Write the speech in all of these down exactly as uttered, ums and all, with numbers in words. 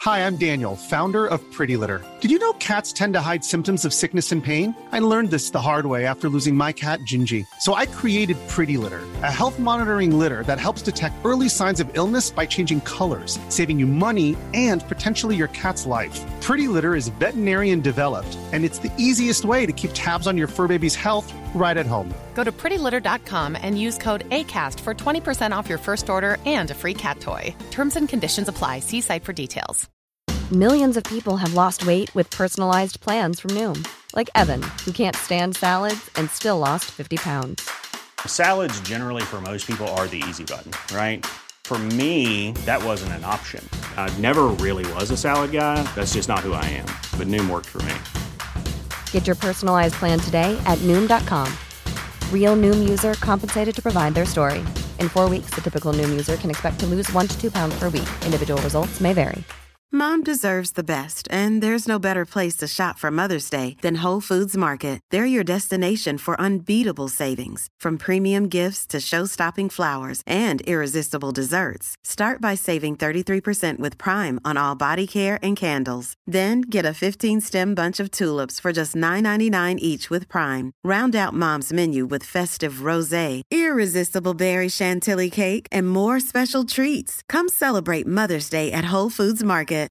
Hi, I'm Daniel, founder of Pretty Litter. Did you know cats tend to hide symptoms of sickness and pain? I learned this the hard way after losing my cat, Gingy. So I created Pretty Litter, a health monitoring litter that helps detect early signs of illness by changing colors, saving you money and potentially your cat's life. Pretty Litter is veterinarian developed, and it's the easiest way to keep tabs on your fur baby's health right at home. Go to pretty litter dot com and use code ACAST for twenty percent off your first order and a free cat toy. Terms and conditions apply. See site for details. Millions of people have lost weight with personalized plans from Noom. Like Evan, who can't stand salads and still lost fifty pounds. Salads generally for most people are the easy button, right? For me, that wasn't an option. I never really was a salad guy. That's just not who I am. But Noom worked for me. Get your personalized plan today at Noom dot com. Real Noom user compensated to provide their story. In four weeks, the typical Noom user can expect to lose one to two pounds per week. Individual results may vary. Mom deserves the best, and there's no better place to shop for Mother's Day than Whole Foods Market. They're your destination for unbeatable savings, from premium gifts to show-stopping flowers and irresistible desserts. Start by saving thirty-three percent with Prime on all body care and candles. Then get a fifteen-stem bunch of tulips for just nine ninety-nine each with Prime. Round out Mom's menu with festive rosé, irresistible berry chantilly cake, and more special treats. Come celebrate Mother's Day at Whole Foods Market.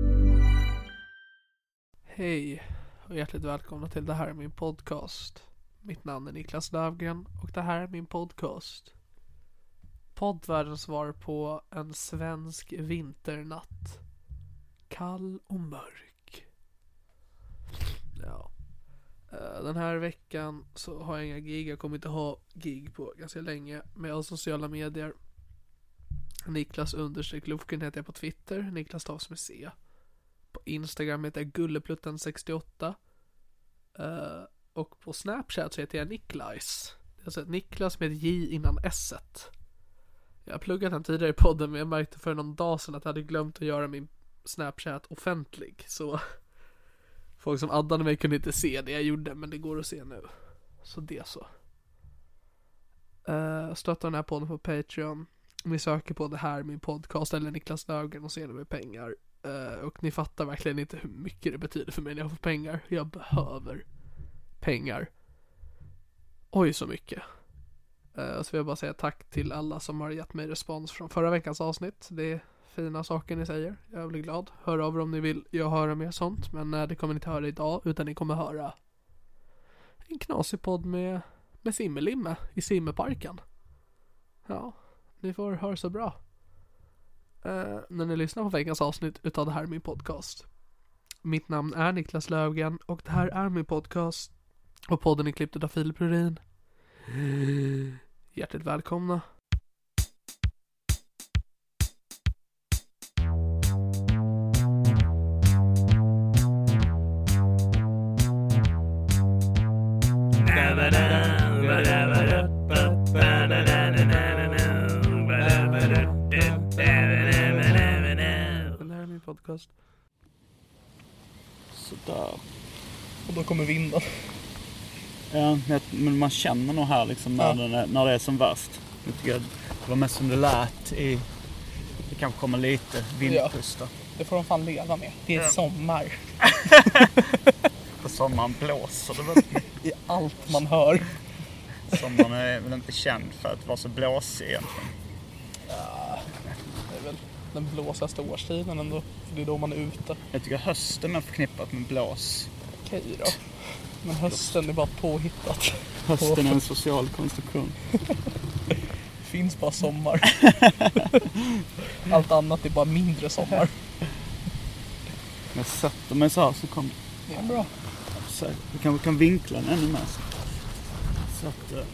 Hej och hjärtligt välkomna till Det här är min podcast. Mitt namn är Niklas Löfgren och det här är min podcast. Poddvärldens svar på en svensk vinternatt. Kall och mörk. Ja. Den här veckan så har jag inga gig. Jag kommer inte ha gig på ganska länge. Men jag har sociala medier. Niklas understreck Lufken heter jag på Twitter. Niklas stavas med C. På Instagram heter jag Gulleplutten sextioåtta. Uh, och på Snapchat så heter jag Niklas. Det är alltså Niklas med J innan S-et. Jag har pluggat den tidigare i podden, men jag märkte för någon dag sedan att jag hade glömt att göra min Snapchat offentlig. Så folk som addade mig kunde inte se det jag gjorde, men det går att se nu. Så det så. Uh, stötta den här podden på Patreon. Om ni söker på Det här min podcast eller Niklas Löfgren och ser det med pengar. Uh, och ni fattar verkligen inte hur mycket det betyder för mig när jag får pengar. Jag behöver pengar. Oj, så mycket. Uh, så vill jag bara säga tack till alla som har gett mig respons från förra veckans avsnitt. Det är fina saker ni säger. Jag blir glad. Hör av er om ni vill jag höra mer sånt. Men uh, det kommer ni inte höra idag, utan ni kommer höra en knasig podd med, med Simmelimme i Simmeparken. Ja, ni får höra så bra. Uh, när ni lyssnar på veckans avsnitt utav Det här är min podcast. Mitt namn är Niklas Löfgren och det här är min podcast. Och podden är klippt av Filip Rurin. Hjärtligt välkomna. Podcast. Sådär. Och då kommer vinden. Ja, men man känner nog här liksom när, ja. den är, när det är som värst. Jag tycker att det var mest som det lät i... Det kanske kommer lite vindpusta. Ja, det får de fan leva med. Det är ja. sommar. På sommaren blåser det väl. I allt man hör. Sommaren är väl inte känd för att vara så blåsig egentligen. Ja, det är väl den blåsigaste årstiden ändå. För det är då man är ute. Jag tycker hösten är förknippat med blås. Okej då. Men hösten är bara påhittat. Hösten är en social konstruktion. Det finns bara sommar. Allt annat är bara mindre sommar. När jag sätter mig så här så kommer det. är bra. Så vi kanske kan vinkla den ännu mer. Så att det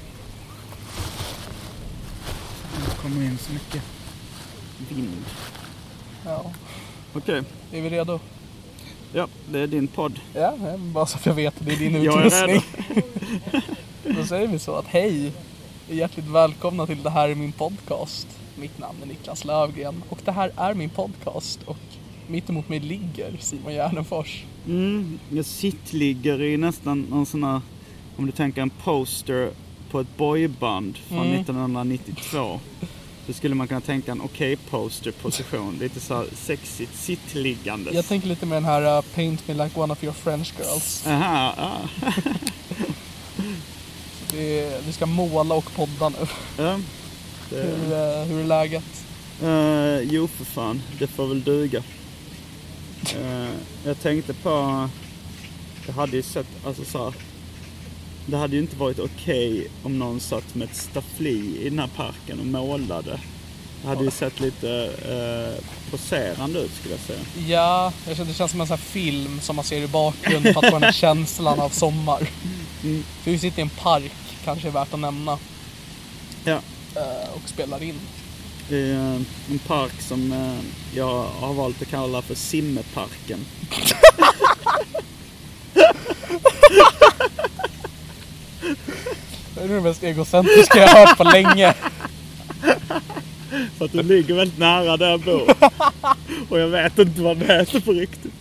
kommer in så mycket vind. Ja. Okej. Okay. Är vi redo? Ja, det är din podd. Ja, bara så att jag vet. Det är din utrustning. Då säger vi så att hej. Hjärtligt välkomna till Det här är min podcast. Mitt namn är Niklas Löfgren. Och det här är min podcast. Och mitt emot mig ligger Simon Gärdenfors. Mm, jag sittligger i nästan någon sån här, om du tänker en poster på ett boyband från mm. nittonhundranittiotvå. Då skulle man kunna tänka en okej poster-position. Lite så här sexigt sittliggandes. Jag tänker lite med den här uh, Paint me like one of your French girls. Aha, ah. det, vi ska måla och podda nu. Ja. Det... Hur, uh, hur är läget? Uh, jo för fan, det får väl duga. uh, Jag tänkte på, det hade ju sett, alltså så här, det hade ju inte varit okej okay om någon satt med ett staffli i den här parken och målade. Det hade ju sett lite uh, poserande ut, skulle jag säga. Ja, jag känner, det känns som en sån här film som man ser i bakgrunden för att få den här känslan av sommar. Mm. För vi sitter i en park, kanske är värt att nämna. Ja. Uh, och spelar in. I uh, en park som uh, jag har valt att kalla för Simmeparken. Det är det mest egocentriska jag har hört på länge. För att du ligger väldigt nära där jag bor. Och jag vet inte vad det heter på riktigt.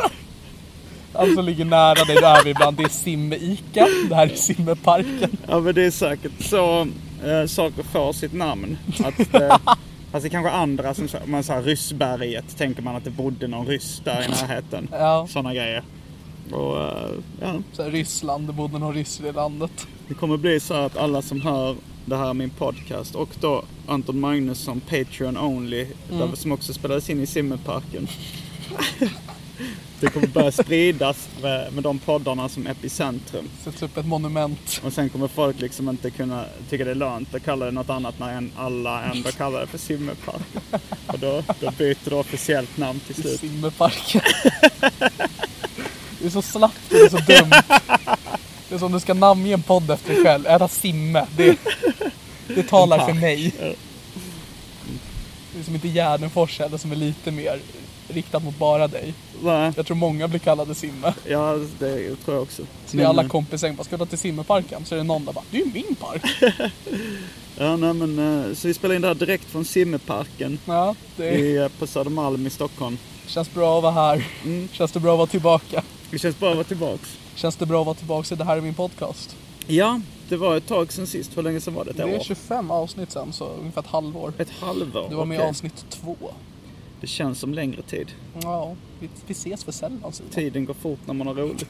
Alltså ligger nära dig, där vi ibland. Det är Simme-Ica, det här är Simmeparken. Ja, men det är säkert så äh, saker får sitt namn. Att det, alltså kanske andra som man sa Ryssberget, tänker man att det bodde någon ryss där i närheten. Ja. Sådana grejer. Och äh, ja. Så här, Ryssland, det bodde någon ryss i landet. Det kommer bli så att alla som hör det här min podcast och då Anton Magnusson Patreon only, mm. där, som också spelades in i Simmerparken. Det kommer börja spridas med, med de poddarna som epicentrum. Sätts upp ett monument. Och sen kommer folk liksom inte kunna tycka det är lönt att kalla det något annat när en, alla ändå kallar det för Simmerparken. Och då, då byter det officiellt namn till slut. Simmerparken. Det är så slappt, det är så dumt. Det är som du ska namnge en podd efter dig själv. Äta Simme. Det, det talar för mig. Det är som inte Gärdenfors eller som är lite mer riktat mot bara dig. Va? Jag tror många blir kallade Simme. Ja, det tror jag också. Så det är alla kompisar bara, ska du till Simmerparken? Så är det någon där bara, det är ju min park. Ja, nej, men så vi spelar in det här direkt från Simmerparken. Ja, det är... i, på Södermalm i Stockholm. Känns bra att vara här. Mm. Känns det bra att vara tillbaka? Det känns bra att vara tillbaks. Känns det bra att vara tillbaka i det här är min podcast? Ja, det var ett tag sedan sist. Hur länge sedan var det? Ett det är år? tjugofem avsnitt sedan, så ungefär ett halvår. Ett halvår? Det var med i okay. avsnitt två. Det känns som längre tid. Ja, vi, vi ses för sällan. Tiden går fort när man har roligt.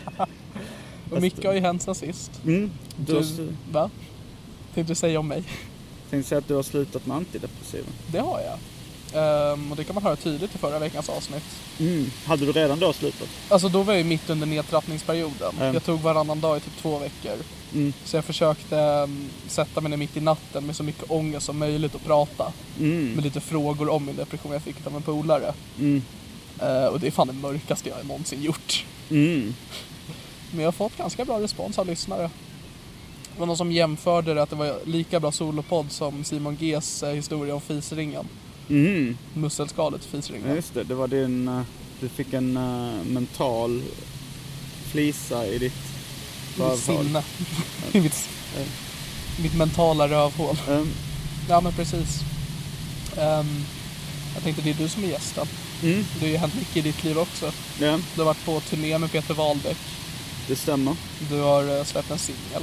Och mycket har ju hänt sen sist. Mm, du, du, va? Tänkte du säga om mig? Tänkte säga att du har slutat med antidepressiva. Det har jag. Um, och det kan man höra tydligt i förra veckans avsnitt. Mm. Hade du redan då slutat? Alltså då var jag ju mitt under nedtrappningsperioden. Mm. Jag tog varannan dag i typ två veckor. Mm. Så jag försökte um, sätta mig ner mitt i natten med så mycket ångest som möjligt och prata. Mm. Med lite frågor om min depression jag fick av en polare. Mm. Uh, och det är fan det mörkaste jag någonsin gjort. Mm. Men jag har fått ganska bra respons av lyssnare. Det var någon som jämförde det att det var lika bra solopodd som Simon G's uh, historia om fisringen. Mm. Musselskalet fisringen. Ja, just det, det var din, uh, du fick en uh, mental flisa i ditt rövhål. Sinne. I mitt, uh. mitt mentala rövhål. Um. Ja men precis. Um, jag tänkte det är du som är gästen. Mm. Det har ju hänt mycket i ditt liv också. Ja. Du har varit på turné med Peter Wahlbeck. Det stämmer. Du har uh, släppt en singel.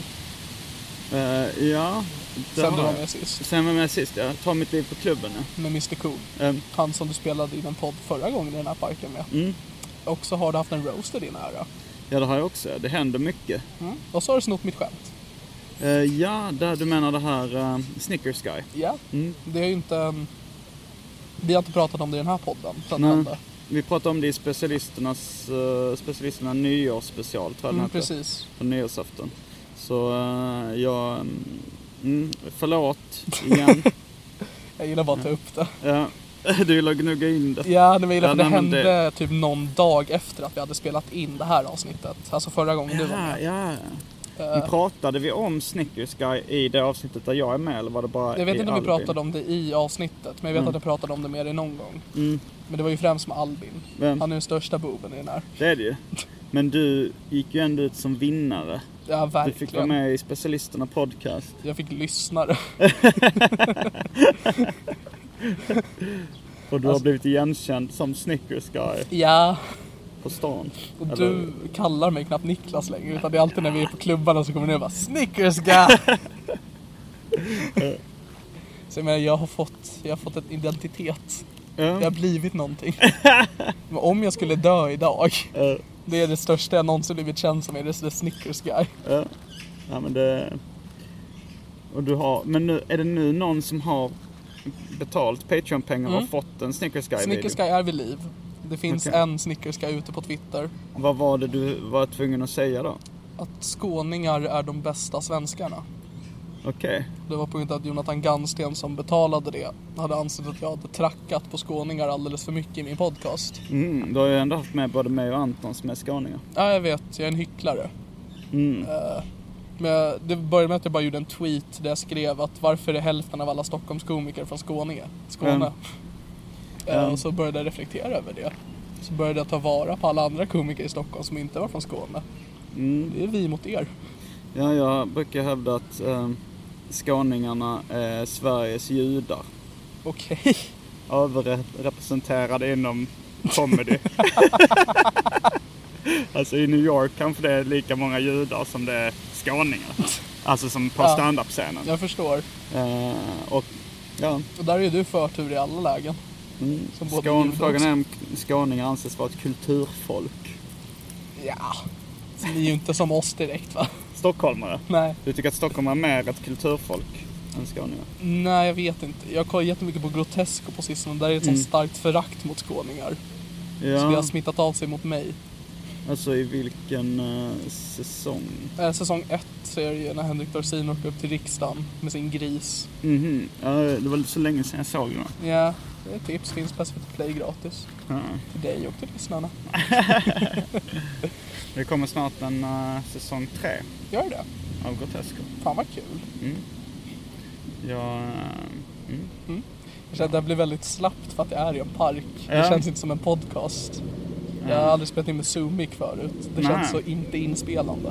Uh, ja. Sen du var med sist. Sen var med sist, ja. Ta mitt liv på klubben. Ja. Med mister Cool. Um. Han som du spelade i en podd förra gången i den här parken med. Mm. Och så har du haft en roast i din ära. Ja, det har jag också. Det händer mycket. Mm. Och så har du snott mitt skämt. Uh, ja, där du menar det här uh, Snickers Guy. Ja, mm. det är ju inte... Um, vi har inte pratat om det i den här podden. Nej, vi pratade om det i specialisternas uh, specialisterna nyårsspecial, tror jag. Mm, precis. På nyårsafton. Så uh, jag... Mm, förlåt igen. Jag gillar bara att ta upp det. Ja, du vill gnugga in det. Ja, det, var ja, för det hände det... typ någon dag efter att vi hade spelat in det här avsnittet. Alltså förra gången ja, du var med. Ja, ja. Uh, pratade vi om Snickers Guy i det avsnittet där jag är med, eller var det bara jag vet i inte om Albin? Vi pratade om det i avsnittet, men jag vet mm. att jag pratade om det mer i någon gång. Mm. Men det var ju främst med Albin. Vem? Han är den största boven i den här. Det är det ju. Men du gick ju ändå ut som vinnare. Ja, verkligen. Du fick vara med i specialisterna podcast. Jag fick lyssnare. Och du alltså... har blivit igenkänd som Snickers Guy. Ja. På stan. Och eller... du kallar mig knappt Niklas längre, utan det är alltid när vi är på klubbarna så kommer ni och bara Snickers Guy. Så jag menar, jag har fått, jag har fått en identitet. Ja. Jag har blivit någonting. Men om jag skulle dö idag, Ja. det är det största jag någonsin blivit känd som, är det the Snickers guy. Ja. Ja, men det... Och du har... Men nu, är det nu någon som har betalt Patreon-pengar och Mm. fått en Snickers guy-video? Snickers guy är vid liv. Det finns Okej. en Snickers guy ute på Twitter. Vad var det du var tvungen att säga då? Att skåningar är de bästa svenskarna. Okej. Det var på grund av att Jonathan Gansten som betalade det hade ansett att jag hade trackat på skåningar alldeles för mycket i min podcast. Mm, du har ju ändå haft med både mig och Anton som är skåningar. Ja, jag vet. Jag är en hycklare. Mm. Uh, men jag, det började med att jag bara gjorde en tweet där jag skrev att varför är hälften av alla Stockholmskomiker från Skåne? Skåne. Mm. Uh, Mm. och så började jag reflektera över det. Så började jag ta vara på alla andra komiker i Stockholm som inte var från Skåne. Mm. Det är vi mot er. Ja, jag brukar hävda att eh, skåningarna är Sveriges judar. Okej. Överrepresenterade inom comedy. Alltså i New York kanske det är lika många judar som det är skåningar. Alltså som på Ja. stand-up-scenen. Jag förstår. Eh, och ja, Och där är ju du förtur i alla lägen. mm. Som både Skån, judar frågan också. är om skåningar anses vara ett kulturfolk. Ja. Så ni är ju inte som oss direkt, va? Stockholmare. Nej. Du tycker att Stockholm är mer ett kulturfolk än skåningar? Nej, jag vet inte. Jag har kollat jättemycket på Grotesco på sistone. Där är ett Mm. sånt starkt förakt mot skåningar. Så det har Ja, smittat av sig mot mig. alltså i vilken uh, säsong? Eh, säsong ett så är det ju när Henrik Dorsin åker upp till riksdagen med sin gris. Mhm. Ja, det var så länge sedan jag såg den. Ja, det är ett tips. Finns på S V T Play gratis. Ja. Till dig och till lyssnarna. Det kommer snart en uh, säsong tre Gör det? av Grotesco. Fan vad kul. Mm. Ja, mm. Jag känner att det blir väldigt slappt för att det är i en park. Det Ja. känns inte som en podcast. Jag har aldrig spelat in med Zoom-mic förut. Det Nej. känns så inte inspelande.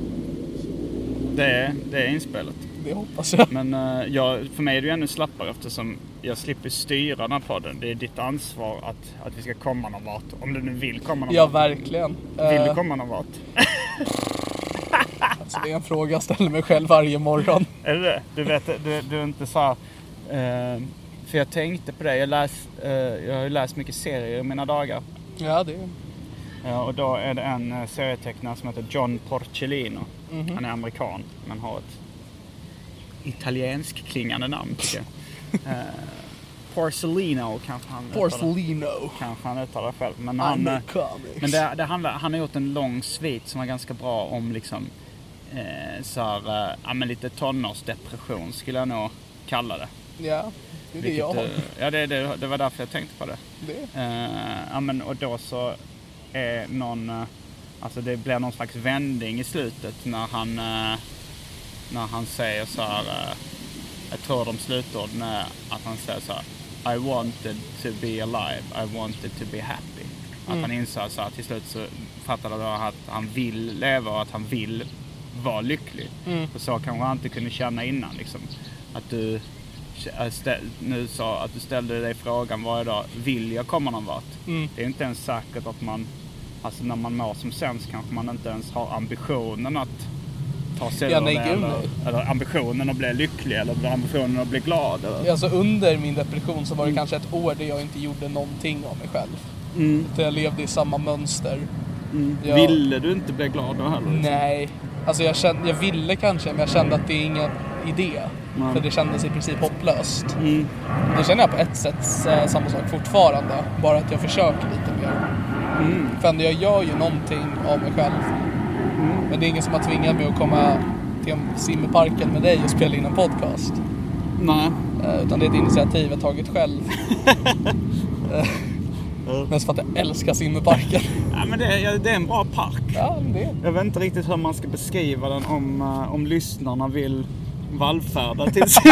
det, är, det är inspelat. Det hoppas jag. Men uh, jag, för mig är det ju ännu slappare eftersom jag slipper styra den här podden. Det är ditt ansvar att, att vi ska komma någon vart. Om du nu vill komma någon Ja, vart. verkligen. Vill du Eh, komma någon vart? alltså, det är en fråga jag ställer mig själv varje morgon. Är det det? Du vet, du, du är inte så här, uh, för jag tänkte på det. Jag, läs, uh, jag har ju läst mycket serier i mina dagar. Ja, det är... Ja, och då är det en uh, serietecknare som heter John Porcellino. Mhm. Han är amerikan, men har ett italiensk klingande namn tycker jag. uh, Porcellino kanske han uttalar, Porcellino. kanske han uttalar själv. Men, han, I'm uh, a comics. men det, det handlar, han har gjort en lång svit som var ganska bra om liksom uh, så här, uh, ja, men lite tonårsdepression skulle jag nog kalla det. Ja, det är det Vilket, jag har. uh, ja, det, det, det var därför jag tänkte på det. Det. Uh, ja, men, och då så är någon, uh, alltså det blir någon slags vändning i slutet när han, uh, när han säger så här, uh, jag tror de slutord när att han säger så här, I wanted to be alive, I wanted to be happy. Att Mm. han insåg så här, till slut så fattade han att han vill leva och att han vill vara lycklig. Mm. Och så kanske han inte kunde känna innan liksom. Att du ställ, nu sa att du ställde dig frågan varje dag, vill jag komma någon vart? Mm. Det är inte ens säkert att man, alltså när man mår som sämst kanske man inte ens har ambitionen att ta sig Ja, ur nej, det, gud, eller, nej. eller ambitionen att bli lycklig eller ambitionen att bli glad. Eller? Alltså under min depression så var det kanske ett år där jag inte gjorde någonting av mig själv. Mm. Där jag levde i samma mönster. Mm. Jag- Ville du inte bli glad då heller? Liksom? Nej, alltså jag, kände, jag ville kanske, men jag kände att det är ingen idé. Nej. För det kändes i princip hopplöst. Mm. Det känner jag på ett sätt eh, samma sak fortfarande. Bara att jag försöker lite mer. Mm. För ändå, jag gör ju någonting av mig själv. Men det är ingen som har tvingat mig att komma till simparken med dig och spela in en podcast. Nej. Eh, utan det är ett initiativ jag tagit själv. eh, mest för att jag älskar simparken. Ja, men det, ja, det är en bra park. Ja, men det. Jag vet inte riktigt hur man ska beskriva den om, uh, om lyssnarna vill vallfärda till sin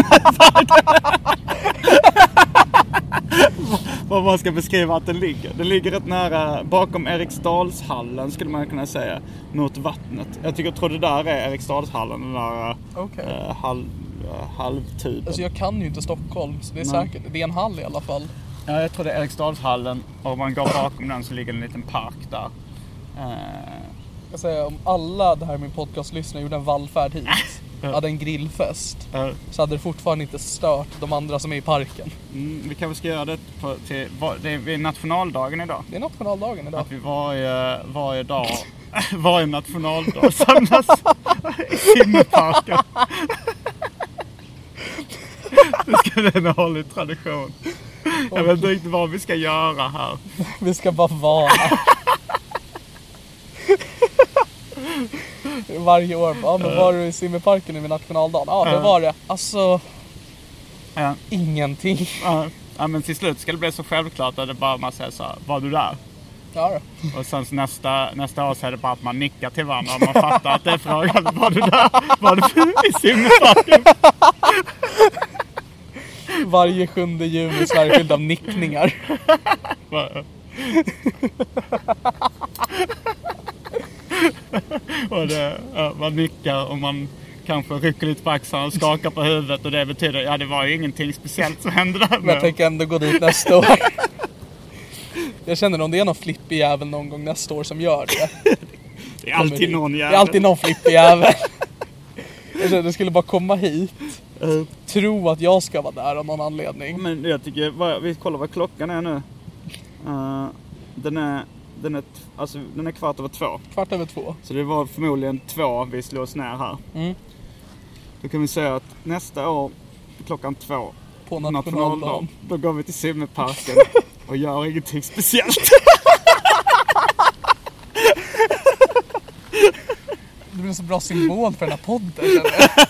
vad man ska beskriva att den ligger. Den ligger rätt nära bakom Eriksdalshallen skulle man kunna säga, mot vattnet. Jag tycker jag tror det där är Eriksdalshallen, den där uh, Okej. uh, halv, uh, halvtuben. Alltså jag kan ju inte Stockholm, så det är Nej. säkert. Det är en hall i alla fall. Ja, jag tror det är Eriksdalshallen och om man går bakom den så ligger en liten park där. Uh, Jag säger, om alla det här min podcast lyssnar gjorde en vallfärd hit. uh. hade en grillfest uh. så hade det fortfarande inte stört de andra som är i parken. Mm, vi kanske ska göra det på, till, det är nationaldagen idag. Det är nationaldagen idag. Att vi varje, varje dag, varje nationaldag samlas i simmerparken. Det ska bli en hållig tradition. Jag vet inte riktigt vad vi ska göra här. Vi ska bara vara varje år. Ja, men var du i simmerparken vid nationaldagen? Ja, det var det. Alltså, ja. Ingenting. Ja. Ja, men till slut ska det bli så självklart att det bara man säger så här, var du där? Ja då. Och sen så nästa, nästa år så är det bara att man nickar till varandra och man fattar att det är frågan, var du där? Var du i simmerparken? Varje sjunde juni så är det fyllt av nickningar. Och det, ja, man nickar och man kanske rycker lite på axlarna och skakar på huvudet och det betyder, ja det var ju ingenting speciellt som hände där. Men jag tänker ändå gå dit nästa år. Jag känner om det är någon flippig jävel någon gång nästa år som gör det. Det är alltid någon jävel. Det är alltid någon flippig jävel. Jag känner, det skulle bara komma hit. Uh. Tro att jag ska vara där av någon anledning. Men jag tycker, vad, vi kollar vad klockan är nu. Uh, den är den är, alltså, den är kvart över två. Kvart över två. Så det var förmodligen två vi slår oss ner här. Mm. Då kan vi säga att nästa år klockan två på nationaldagen, då går vi till simmerparken och gör ingenting speciellt. Det blir en så bra symbol för den här podden, känner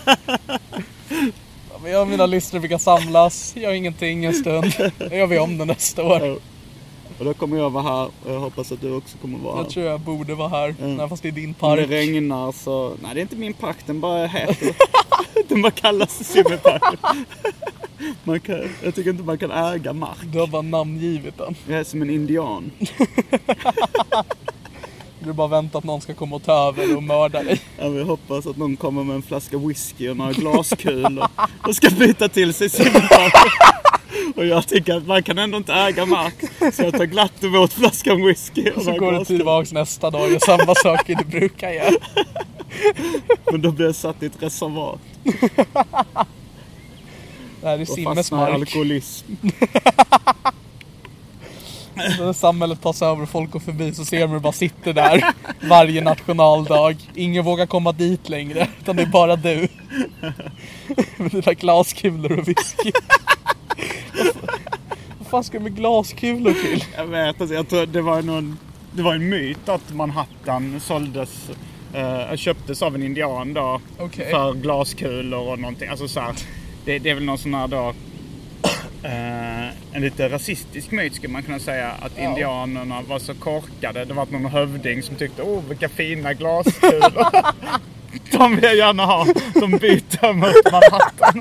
jag. Jag och mina lyssnare brukar samlas, gör ingenting en stund. Det gör vi om det nästa år. Och då kommer jag vara här och jag hoppas att du också kommer vara här. Jag tror jag borde vara här, mm. Nej, fast det är din park. Om det regnar så... Nej, det är inte min park, den bara heter. Den bara kallas simmerparken. Man kan, jag tycker inte man kan äga mark. Du har bara namngivit den. Jag är som en indian. Du bara väntar att någon ska komma och ta över och mörda dig. Ja, vi hoppas att någon kommer med en flaska whisky och några glaskulor och ska byta till sig simmerparken. Och jag tycker att man kan ändå inte äga mark. Så jag tar glatt emot flaskan whisky. Och så går du tillbaka nästa dag och samma saker du brukar göra. Men då blir jag satt i ett reservat. Det här är simmesmark. Och alkoholism. När samhället tar sig över och folk går förbi så ser man bara sitter där varje nationaldag. Ingen vågar komma dit längre, utan det är bara du. Med dina glaskulor och whisky. Vad fan ska du med glaskulor till? Jag vet, alltså, jag tror det var någon, det var en myt att Manhattan såldes, eh, köptes av en indian då, okay. För glaskulor och någonting. Alltså så här, det, det är väl någon sån här då, eh, en lite rasistisk myt skulle man kunna säga, att ja. Indianerna var så korkade. Det var någon hövding som tyckte, åh vilka fina glaskulor. De vill jag gärna ha. De byter mot Manhattan.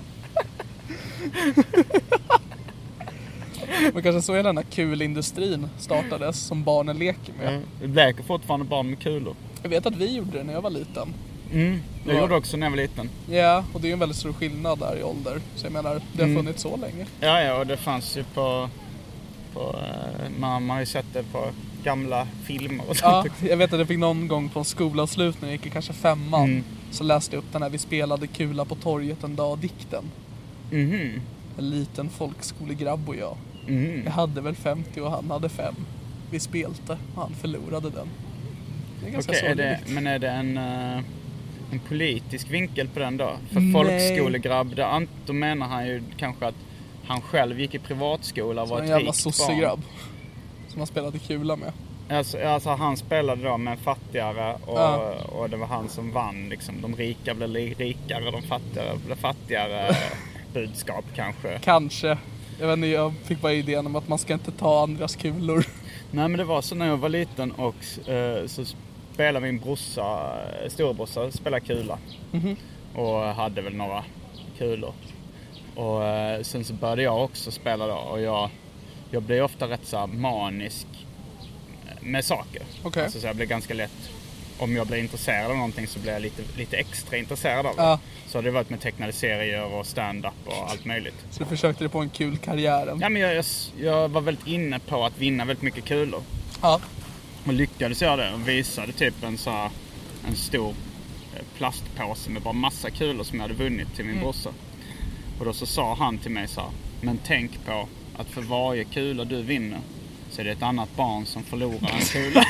Men kanske så är den här kulindustrin startades som barnen leker med. Mm. Det leker fortfarande barn med kulor. Jag vet att vi gjorde det när jag var liten. Mm, jag var... gjorde också när jag var liten. Ja, och det är en väldigt stor skillnad där i ålder. Så jag menar, det har mm. funnits så länge. Ja, ja, och det fanns ju på... på man, man har ju sett det på gamla filmer och sånt. Ja, jag vet att jag fick någon gång på en skolavslutning, jag gick kanske femman. Mm. Så läste jag upp den här, vi spelade kula på torget en dag, dikten. Mhm. En liten folkskolegrabb och jag. Mm. Jag hade väl femtio och han hade fem. Vi spelte och han förlorade den. Det är ganska okay, är det, men är det en, uh, en politisk vinkel på den då? För Nej. Folkskolegrabb, då, då menar han ju kanske att han själv gick i privatskola och var ett rikt barn. En jävla sossegrabb som han spelade kula med. Alltså, alltså han spelade då med en fattigare och, ja. och det var han som vann. Liksom. De rika blev rikare, de fattigare blev fattigare. Budskap kanske. Kanske. Jag vet inte, jag fick bara idén om att man ska inte ta andras kulor. Nej, men det var så när jag var liten och eh, så spelade min brorsa, storebrorsa, spelade kula. Mm-hmm. Och hade väl några kulor. Och eh, sen så började jag också spela då. Och jag, jag blev ofta rätt så manisk med saker. Okay. Alltså så jag blev ganska lätt, om jag blir intresserad av någonting så blir jag lite, lite extra intresserad av det. Ja. Så det har varit med tecknade serier och stand-up och allt möjligt. Så du försökte dig på en kul karriär? Ja, men jag, jag, jag var väldigt inne på att vinna väldigt mycket kulor. Ja. Och lyckades göra det och visade typ en, så här, en stor plastpåse med bara massa kulor som jag hade vunnit till min mm. brorsa. Och då så sa han till mig så här, men tänk på att för varje kula du vinner så är det ett annat barn som förlorar en kula.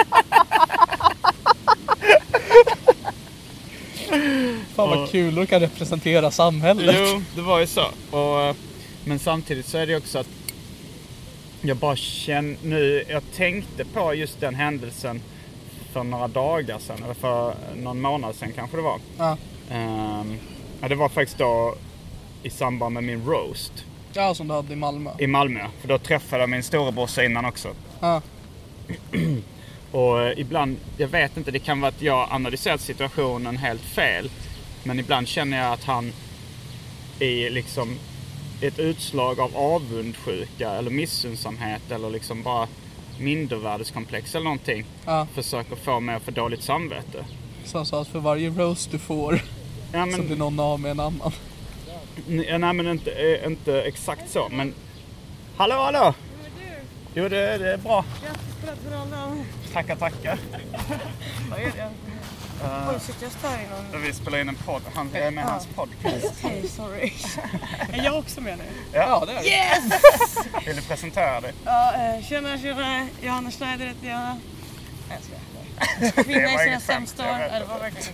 Fan vad kulor kan representera samhället. Jo, det var ju så. Och, men samtidigt så är det också att jag bara känner nu, jag tänkte på just den händelsen för några dagar sedan, eller för någon månad sedan kanske det var. Ja. Um, ja, det var faktiskt då i samband med min roast. Ja, som du hade i Malmö. I Malmö, för då träffade jag min storebrorsa innan också. Ja. Och eh, ibland, jag vet inte, det kan vara att jag analyserat situationen helt fel. Men ibland känner jag att han är liksom ett utslag av avundsjuka eller missunnsamhet eller liksom bara mindervärdeskomplex eller någonting. Ja. Försöker få mig att få dåligt samvete. Så han sa att för varje roast du får ja, men, så blir någon av med en annan. Nej, nej men inte, inte exakt så, men hallå, hallå! Jo, det, det är bra. Grattis på nationaldagen. Tackar, tackar. Vad är det? Uh, Oj, sitter jag stör i någon? Vi spelar in en podd. Han är med i hans podcast. Okej, okay, sorry. Är jag också med nu? Ja, ja det är det. Yes! Vill du presentera dig? Ja, uh, tjena, tjena. Johanna Schneider heter jag. Nej, jag ska kvinna i sina sämsta år. Ja, det var verkligen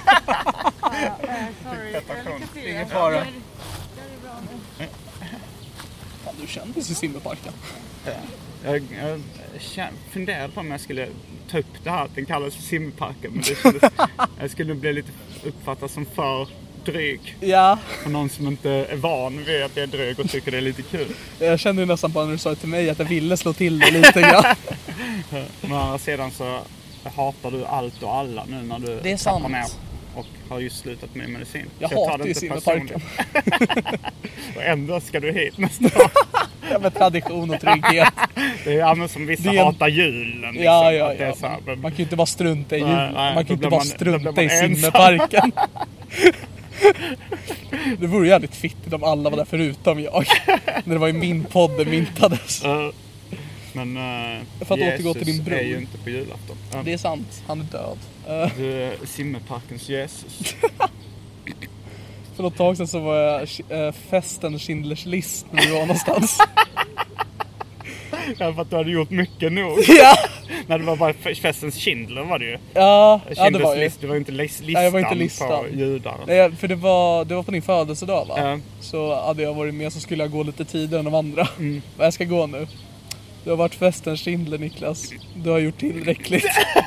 sorry. Ingen fara. Fan, du kändes i simmerparken. Ja. Jag, jag, jag funderade på om jag skulle ta upp det här att den kallas för simmerparken. Men det kändes, jag skulle bli lite uppfattat som för dryg. Ja. För någon som inte är van vid att det är dryg och tycker det är lite kul. Jag kände ju nästan på när du sa till mig att jag ville slå till det lite grann. Men sedan så hatar du allt och alla nu när du det är sant. Ner och har just slutat med medicin. Jag, jag hatar ju simmerparken. Och ändå ska du hit nästa dag. Ja, med tradition och trygghet. Det är annars som vissa en... hatar julen. Liksom, ja, ja, ja. Så här, men... Man kan ju inte bara strunta i julen. Nej, nej, man kan ju inte bara man, strunta i simmerparken. Det vore jävligt fittigt om alla var där förutom jag. När det var i min podd det myntades. Uh, men uh, för att Jesus återgå till din bror. Är ju inte på julafton. Uh. Det är sant, han är död. Uh. Du är simmerparkens Jesus. För något tag sedan så var jag äh, festen Schindlers list när du var någonstans. Ja, för att du hade gjort mycket nog. Ja. När det var bara festens Schindler var det ju. Ja, ja det var ju. List, det var inte lis- listan, Nej, jag var inte listan på judar. Nej, för det var, det var på din födelsedag va? Ja. Så hade jag varit med så skulle jag gå lite tidigare än de andra. Mm. Och jag ska gå nu. Du har varit festen Schindler, Niklas. Du har gjort tillräckligt.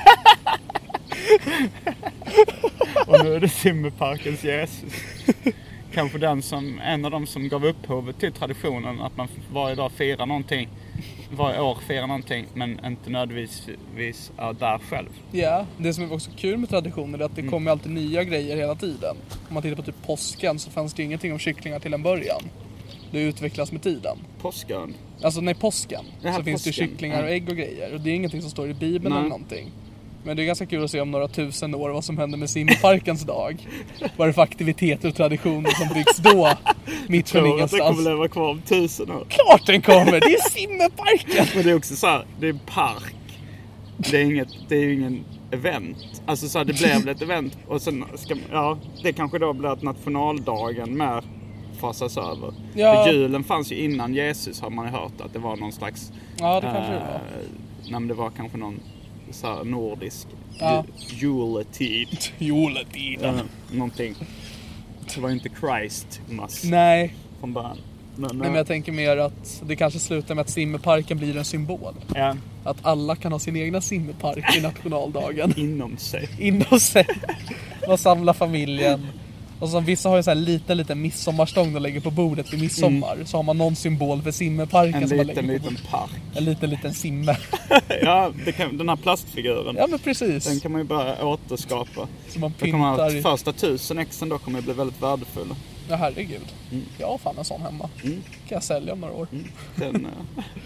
Och nu är det simmerparkens Jesus. Kanske den som, en av dem som gav upphovet till traditionen att man varje dag firar någonting, varje år firar någonting, men inte nödvändigtvis är där själv. Ja, det som är också kul med traditioner är att det mm. kommer alltid nya grejer hela tiden. Om man tittar på typ påsken så fanns det ingenting om kycklingar till en början. Det utvecklas med tiden. Påsken? Alltså nej, påsken. Det här så finns påsken. det kycklingar och ägg och grejer. Och det är ingenting som står i Bibeln nej. Eller någonting. Men det är ganska kul att se om några tusen år vad som händer med simmerparkens dag. Vad är det för aktiviteter och traditioner som byggs då? Mitt från ingenstans. Jag tror att den kommer leva kvar om tusen år. Klart den kommer! Det är simmerparken! Men det är också så här, det är en park. Det är inget, det är ju ingen event. Alltså så här, det blev ett event. Och sen ska, ja, det kanske då blir att nationaldagen med fasas över. Ja. För julen fanns ju innan Jesus har man hört att det var någon slags... Ja, det kanske äh, det var. Nej, men det var kanske någon... så här nordisk ja. juletid. Juletiden. Uh, någonting. Det var inte Christmas. Nej. Från början. Men, Nej, men jag tänker mer att det kanske slutar med att simmerparken blir en symbol. Ja. Att alla kan ha sin egna simmerpark i nationaldagen. Inom sig. Inom sig. Man samlar familjen. Och så vissa har ju så här liten, liten midsommarstång de lägger på bordet vid midsommar. Mm. Så har man någon symbol för simmerparken en som liten, man lägger liten på park. En liten, liten simme. Ja, det kan, den här plastfiguren. Ja, men precis. Den kan man ju bara återskapa. Så man pyntar. Kommer att första tusen exen då kommer att bli väldigt värdefulla. Ja, herregud. Mm. Jag har fan en sån hemma. Mm. Kan jag sälja om några år. Mm. Den, uh...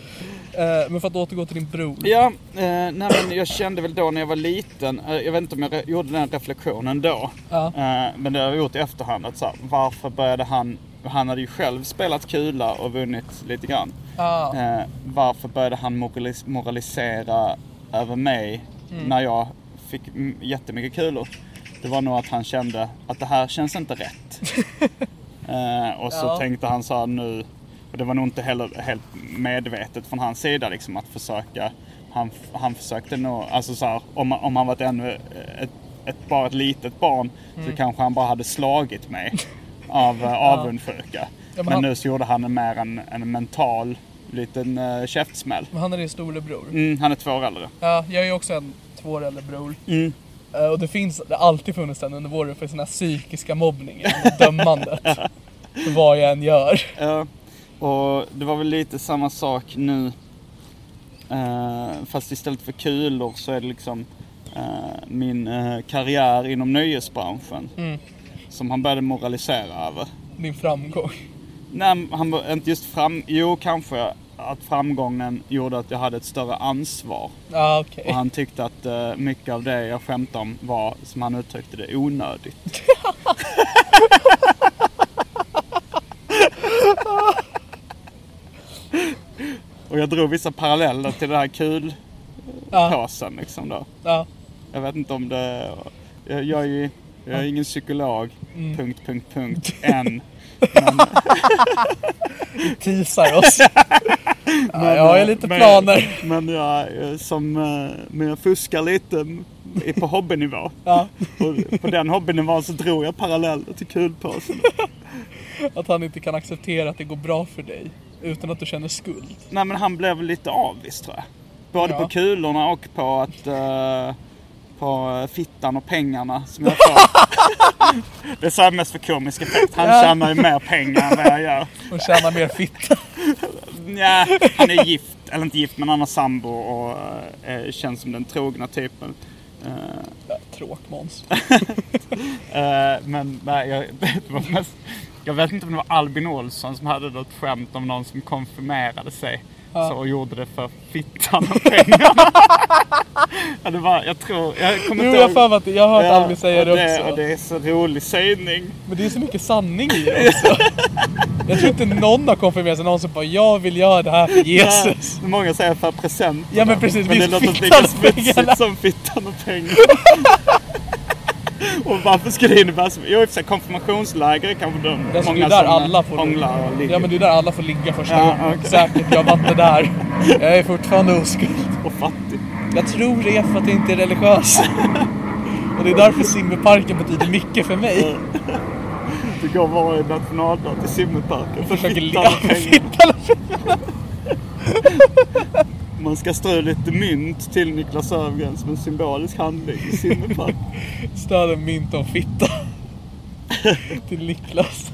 uh, men för att återgå till din bror. Ja, uh, nej, men jag kände väl då när jag var liten. Uh, jag vet inte om jag re- gjorde den reflektionen då. Uh. Uh, men det har jag gjort i efterhand. Att, så här, varför började han... Han hade ju själv spelat kula och vunnit lite grann. Uh. Uh, varför började han moralis- moralisera över mig mm. när jag fick m- jättemycket kulor? det var nog att han kände att det här känns inte rätt. uh, och så ja. tänkte han så här nu, och det var nog inte heller helt medvetet från hans sida liksom, att försöka, han, han försökte nog, alltså så här, om, om han var ett ännu ett, ett, bara ett litet barn mm. så kanske han bara hade slagit mig av uh, avundsjuka. Ja, men men han... nu så gjorde han mer en, en mental liten uh, käftsmäll. Men han är din storebror? Mm, han är två år äldre. Ja, jag är ju också en två år äldre bror. Mm. Uh, och det finns, det har alltid funnits den under våren för sån här psykiska mobbningen och dömandet. För vad jag än gör. Ja, och det var väl lite samma sak nu. Uh, fast istället för kulor så är det liksom uh, min uh, karriär inom nöjesbranschen. Mm. Som han började moralisera över. Din framgång? Nej, han var inte just fram... Jo, kanske att framgången gjorde att jag hade ett större ansvar. Ah, okay. Och han tyckte att uh, mycket av det jag skämtade om var, som han uttryckte det, onödigt. Och jag drog vissa paralleller till det här kulpåsen ja. liksom då. Ja. Jag vet inte om det... Jag, jag, är, jag är ingen psykolog. Mm. Punkt, punkt, punkt. Än. Men... Teasar oss. Men, ja, jag har lite men, planer. Men jag, som, men jag fuskar lite på hobbynivå. Ja. Och på den hobbynivån så drog jag paralleller till kulpåsen. Att han inte kan acceptera att det går bra för dig utan att du känner skuld. Nej, men han blev lite avis, tror jag. Både ja. på kulorna och på att uh, på fittan och pengarna som jag får. Det är så här mest för komisk effekt. Han ja. tjänar ju mer pengar än vad jag gör. Och tjänar mer fitta. Ja, han är gift, eller inte gift, men han har sambo och uh, känns som den trogna typen. Uh, ja, tråkmåns. uh, men nej, jag, det var mest... Jag vet inte om det var Albin Olsson som hade något skämt om någon som konfirmerade sig. Ja. Så och gjorde det för fittan och pengarna. Ja, det var, jag tror... Jag kommer jo, inte jag, för att jag har hört ja, Albin säga det, det också. Och det är så rolig sägning. Men det är så mycket sanning i det också. Jag tror inte någon har konfirmerat sig. Någon som bara, jag vill göra det här för Jesus. Ja, många säger för present. Ja, men precis. Men det är något lika smutsigt som fittan och pengarna. Och varför skulle det innebära så? Jo, i och för sig konfirmationsläger kanske de det många är där som alla får hånglar och ligger. Ja, men det är där alla får ligga första ja, gången. okay. Säkert, jag var inte där. Jag är fortfarande oskuld. Och fattig. Jag tror det är för att jag inte är religiös. Och det är därför Simmerparken betyder mycket för mig. Du går varje nationaldag till Simmerparken för försöker fittan och pengar. Man ska strö lite mynt till Niklas Övgren som en symbolisk handling i Simmerpark. Stöd en mynt och fitta till Niklas.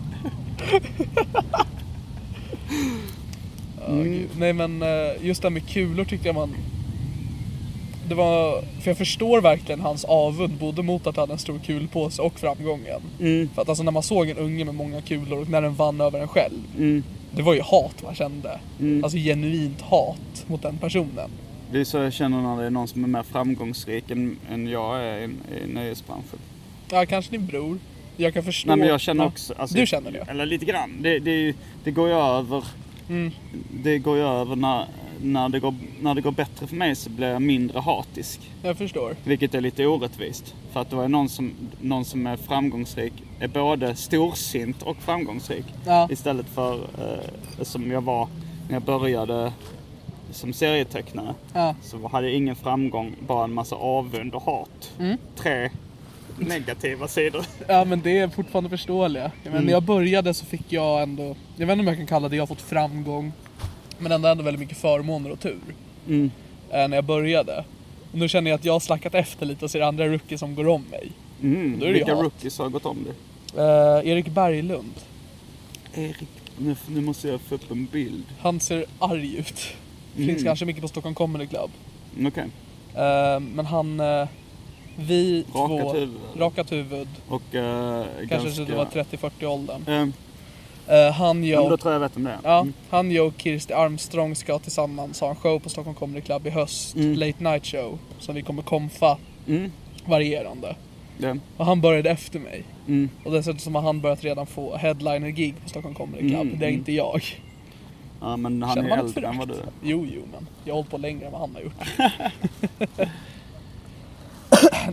Mm. Nej, men just det här med kulor tyckte jag man... Det var... För jag förstår verkligen hans avund både mot att han hade en stor kulpåse och framgången. Mm. För att alltså när man såg en unge med många kulor och när den vann över en själv. Mm. Det var ju hat man kände. Mm. Alltså genuint hat mot den personen. Det är så jag känner när det är någon som är mer framgångsrik än, än jag är i, i nöjesbranschen. Ja, kanske din bror. Jag kan förstå. Nej, men jag känner också... Alltså, du känner det? Eller lite grann. Det, det, det går ju över... Mm. Det går ju över när, när, det går, när det går bättre för mig så blir jag mindre hatisk. Jag förstår. Vilket är lite orättvist. För att det var någon som, någon som är framgångsrik är både storsint och framgångsrik. Ja. Istället för eh, som jag var när jag började som serietecknare. Ja. Så hade jag ingen framgång, bara en massa avund och hat. Mm. Tre negativa sidor. Ja, men det är fortfarande förståeligt. Men mm. när jag började så fick jag ändå, jag vet inte om jag kan kalla det jag har fått framgång, men ändå ändå väldigt mycket förmåner och tur. Mm. Äh, när jag började. Och nu känner jag att jag har slackat efter lite och ser andra rookies som går om mig. Mm. Då är det vilka rookies har gått om dig? Uh, Erik Berglund. Erik, nu, nu måste jag få upp en bild. Han ser arg ut. Mm. Finns kanske mycket på Stockholm Comedy Club. Okej. Okay. Uh, men han... Uh, vi rakat två... Huvud. Rakat huvud. Och uh, kanske ganska... det var trettio fyrtio åldern. Um. Uh, han jag, men då tror jag vet om det. Ja, mm. han jag och Kirsti Armstrong ska tillsammans ha en show på Stockholm Comedy Club i höst. Mm. Late night show. Som vi kommer komfa mm. varierande. Yeah. Och han började efter mig. Mm. Och dessutom har han börjat redan få headliner-gig på Stockholm Comedy Club. Mm. Det är inte jag. Ja, men han känner är äldre än vad du är. Jo, jo, men jag har hållit på längre än vad han har gjort.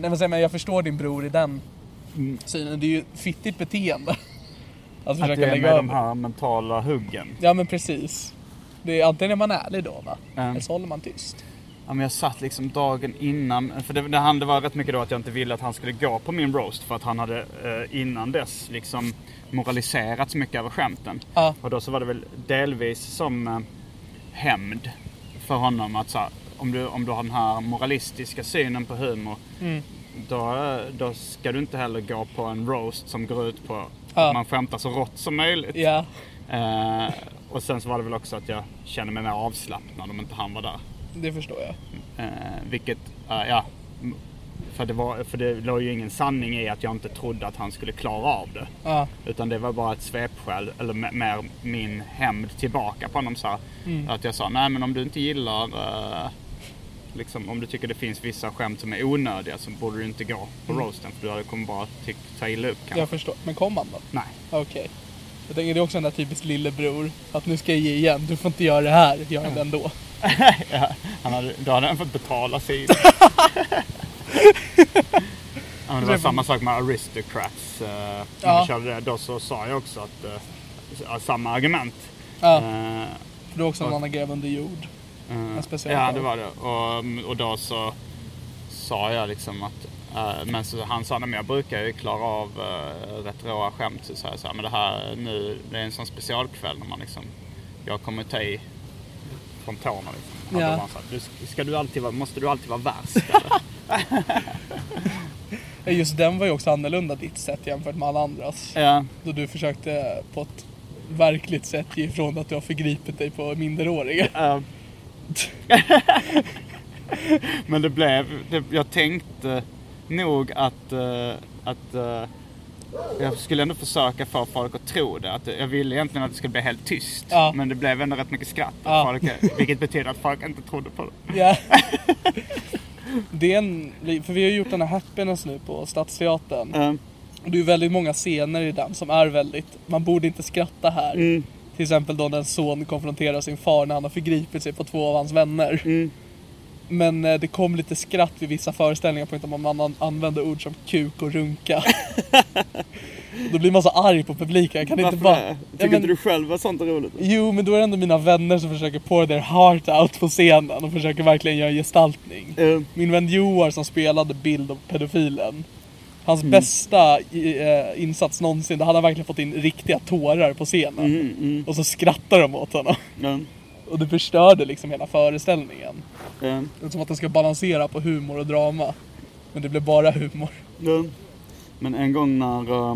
nej, men jag förstår din bror i den mm. synen. Det är ju fittigt beteende. Att försöka att det är lägga med över. de här mentala huggen. Ja, men precis. Det är antingen är man ärlig då, va? Mm. Eller så håller man tyst. Ja, men jag satt liksom dagen innan. För det, det, det var rätt mycket då att jag inte ville att han skulle gå på min roast. För att han hade eh, innan dess liksom moraliserat så mycket över skämten. Ja. Och då så var det väl delvis som eh, hämnd för honom. Att så här, om, du, om du har den här moralistiska synen på humor. Mm. Då, då ska du inte heller gå på en roast som går ut på ja. att man skämtar så rått som möjligt. Ja. Eh, och sen så var det väl också att jag kände mig mer avslappnad om inte han var där. Det förstår jag. Eh, vilket, uh, ja, för det, var, för det låg ju ingen sanning i att jag inte trodde att han skulle klara av det. Ja. Utan det var bara ett svepskäl, eller m- mer min hämnd tillbaka på honom. Så här, mm. Att jag sa, nej men om du inte gillar, uh, liksom, om du tycker det finns vissa skämt som är onödiga så borde du inte gå på mm. roasten. För du kommer bara ty- ta illa upp kanske. Jag förstår, men kom han då? Nej. Okej. Okay. Jag tänker det är också en där typisk lillebror. Att nu ska jag ge igen, du får inte göra det här, gör jag det ändå. Ja, han hade, då hade han fått betala sig. Ja, det var samma sak med Aristocrats. Uh, när ja. vi körde det, då så sa jag också att uh, samma argument. Ja, uh, för det är också en och, annan grej under jord. Uh, ja, det var det. Och, och då så sa jag liksom att uh, men så han sa, men jag brukar ju klara av uh, rätt råa skämt. Så sa jag så här, men det här nu, det är en sån specialkväll när man liksom, jag kommer ta i från tårna liksom. Ja. Man sa, du, ska du alltid vara, måste du alltid vara värst? Just den var ju också annorlunda ditt sätt jämfört med alla andras. Ja. Då du försökte på ett verkligt sätt ge ifrån att du har förgripit dig på minderåriga. Ja. Men det blev, det, jag tänkte nog att, uh, att uh, jag skulle ändå försöka få folk att tro det. Att jag ville egentligen att det skulle bli helt tyst. Ja. Men det blev ändå rätt mycket skratt. Ja. Folk, vilket betyder att folk inte trodde på det. Ja. Det är en, för vi har gjort den här Happiness nu på Stadsteatern. Mm. Och det är väldigt många scener i den som är väldigt, man borde inte skratta här. Mm. Till exempel då när en son konfronterar sin far när han har förgripit sig på två av hans vänner. Mm. Men eh, det kom lite skratt vid vissa föreställningar på att man an- använder ord som kuk och runka. Då blir man så arg på publiken. Jag kan Varför inte bara... Tycker ja, men... inte du själv var sånt roligt? Jo, men då är det ändå mina vänner som försöker pour their heart out på scenen och försöker verkligen göra gestaltning. Mm. Min vän Joar som spelade bild av pedofilen. Hans mm. bästa eh, insats någonsin. Han har verkligen fått in riktiga tårar på scenen. Mm, mm. Och så skrattar de åt honom. Mm. Och det förstörde liksom hela föreställningen. Mm. Som att den ska balansera på humor och drama. Men det blev bara humor. Mm. Men en gång när uh,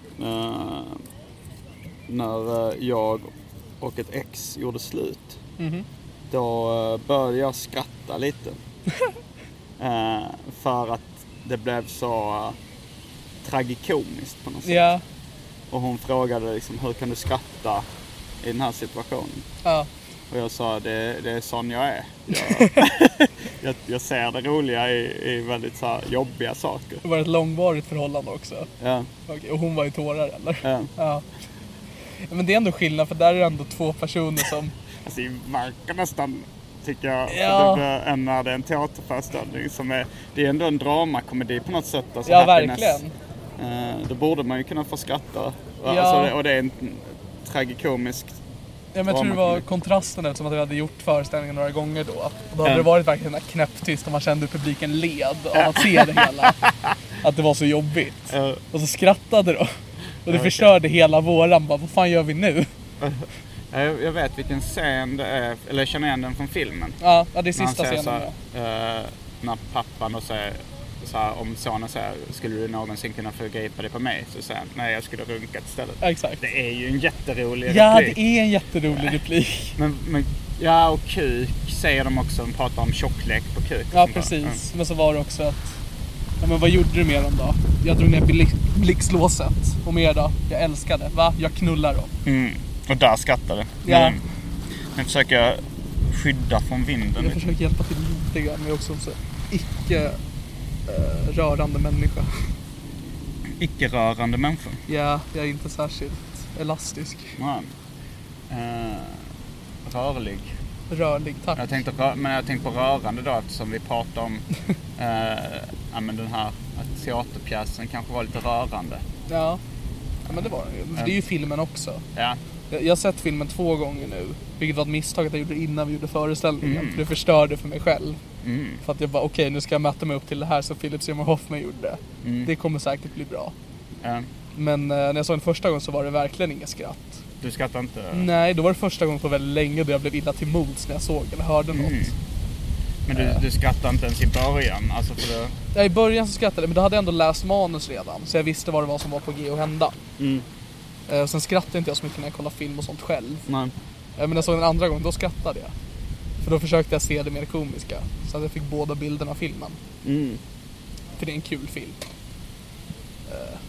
när uh, jag och ett ex gjorde slut, mm-hmm. då uh, började jag skratta lite. uh, för att det blev så uh, tragikomiskt på något sätt. Yeah. Och hon frågade liksom, hur kan du skratta i den här situationen? Ja. Och jag sa, det, det är sån jag är. Jag, jag, jag ser det roliga i, i väldigt så här jobbiga saker. Det var ett långvarigt förhållande också. Ja. Okej, och hon var i tårar, eller? Ja. Ja. Men det är ändå skillnad, för där är det ändå två personer som... Alltså i verkar nästan, tycker jag, ja. det, än när det är en teaterföreställning som är... Det är ändå en dramakomedi på något sätt. Alltså ja, Happiness. Verkligen. Uh, då borde man ju kunna få skratta. Ja. Alltså, och det är en tragikomisk... Ja, men jag tror det var kontrasten eftersom att vi hade gjort föreställningen några gånger då. Och då hade mm. det varit verkligen knäpptyst och man kände hur publiken led av att se det hela. Att det var så jobbigt. Mm. Och så skrattade då. Och det okay. förstörde hela våran. Bara, vad fan gör vi nu? Jag vet vilken scen det är. Eller jag känner igen den från filmen. Ja, det är sista scenen. Så, ja. uh, när pappan då säger... Så här, om sonen säger, skulle du någonsin kunna förgripa dig på mig? Så säger han, nej jag skulle runka istället. Exakt. Det är ju en jätterolig ja, replik. Ja, det är en jätterolig replik. Men, men, ja, och kuk säger de också, de pratar om tjocklek på kuk. Ja, precis. Mm. Men så var det också att, ja, men vad gjorde du med dem då? Jag drog ner blick, blixtlåset. Och mer då? Jag älskade, va? Jag knullar dem. Mm. Och där skrattade. Ja. Men, men försöker skydda från vinden. Jag försöker hjälpa till lite grann, men också så icke... Uh, rörande människa. Icke-rörande människa? Ja, jag är inte särskilt elastisk. Nej. Uh, rörlig. rörlig, tack. Jag tänkte, men jag tänkte på rörande då, eftersom vi pratar om eh, ja, men den här att teaterpjäsen kanske var lite rörande. Ja, ja men det var det ju. Det är ju filmen också. Ja. Jag, jag har sett filmen två gånger nu, vilket var ett misstag att jag gjorde innan vi gjorde föreställningen. Mm. För det förstörde för mig själv. Mm. För att jag bara, okej okay, nu ska jag mäta mig upp till det här som Philip Seymour Hoffman gjorde. Mm. Det kommer säkert bli bra. Ja. Men eh, när jag såg den första gången så var det verkligen inga skratt. Du skrattar inte? Nej, då var det första gången på väldigt länge då jag blev illa till mods när jag såg eller hörde något. Mm. Men du, du skrattade inte ens i början? Alltså för det... Ja, i början så skrattade jag, men då hade jag ändå läst manus redan. Så jag visste vad det var som var på G att hända. Mm. Eh, sen skrattade inte jag så mycket när jag kollade film och sånt själv. Nej. Eh, men när jag såg den andra gången, då skrattade jag. För då försökte jag se det mer komiska. Så att jag fick båda bilderna av filmen. Mm. För det är en kul film. Eh.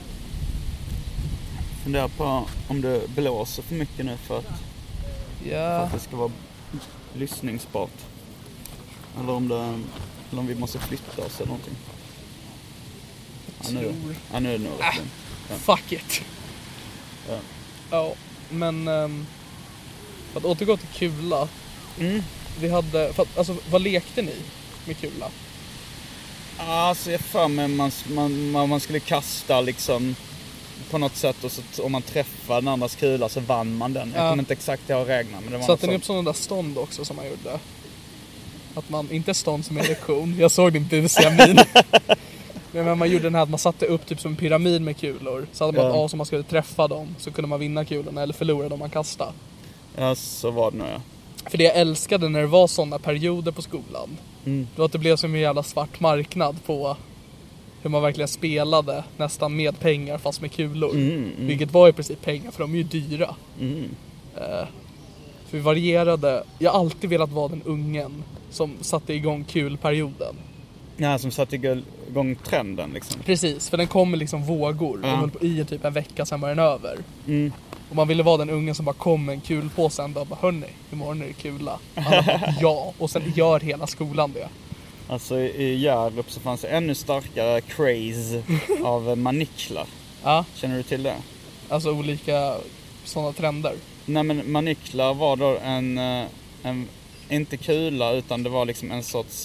Funderar på om det blåser för mycket nu för att, Ja. för att det ska vara lyssningsbart. Eller om, det, eller om vi måste flytta oss eller någonting. Ja, nu, tror... ja, nu är det nog äh, ja. Fuck it. Ja. Ja, men um, för att återgå till kula. Mm. Vi hade, för att, alltså vad lekte ni med kula? Alltså jag för mig man, man, man skulle kasta liksom på något sätt, och så om man träffade den andras kula så vann man den. Jag ja. kommer inte exakt ihåg reglerna, men det var så att något den är upp sådana där stånd också som man gjorde. Att man, inte stånd som en lektion. Jag såg din busiga min. Men man gjorde den här att man satte upp typ som en pyramid med kulor. Så hade man ja. ett A som man skulle träffa dem, så kunde man vinna kulorna eller förlora dem man kastade. Ja, så var det nog, ja. För det jag älskade när det var sådana perioder på skolan, mm. då att det blev som en jävla svart marknad på hur man verkligen spelade nästan med pengar fast med kulor. Mm, mm. Vilket var i princip pengar, för de är ju dyra. Mm. Uh, för vi varierade. Jag har alltid velat vara den ungen som satte igång kulperioden. Ja, som satte igång trenden liksom. Precis, för den kommer liksom vågor. Ja. Den höll på i typ en vecka, sen var den över. Mm. Och man ville vara den ungen som bara kom med en kul på sen och bara, hörni, imorgon är det kula. Alla bara, ja, och sen gör hela skolan det. Alltså i Hjärup så fanns det ännu starkare craze av maniklar. Ja. Känner du till det? Alltså olika sådana trender. Nej, men maniklar var då en, en inte kula, utan det var liksom en sorts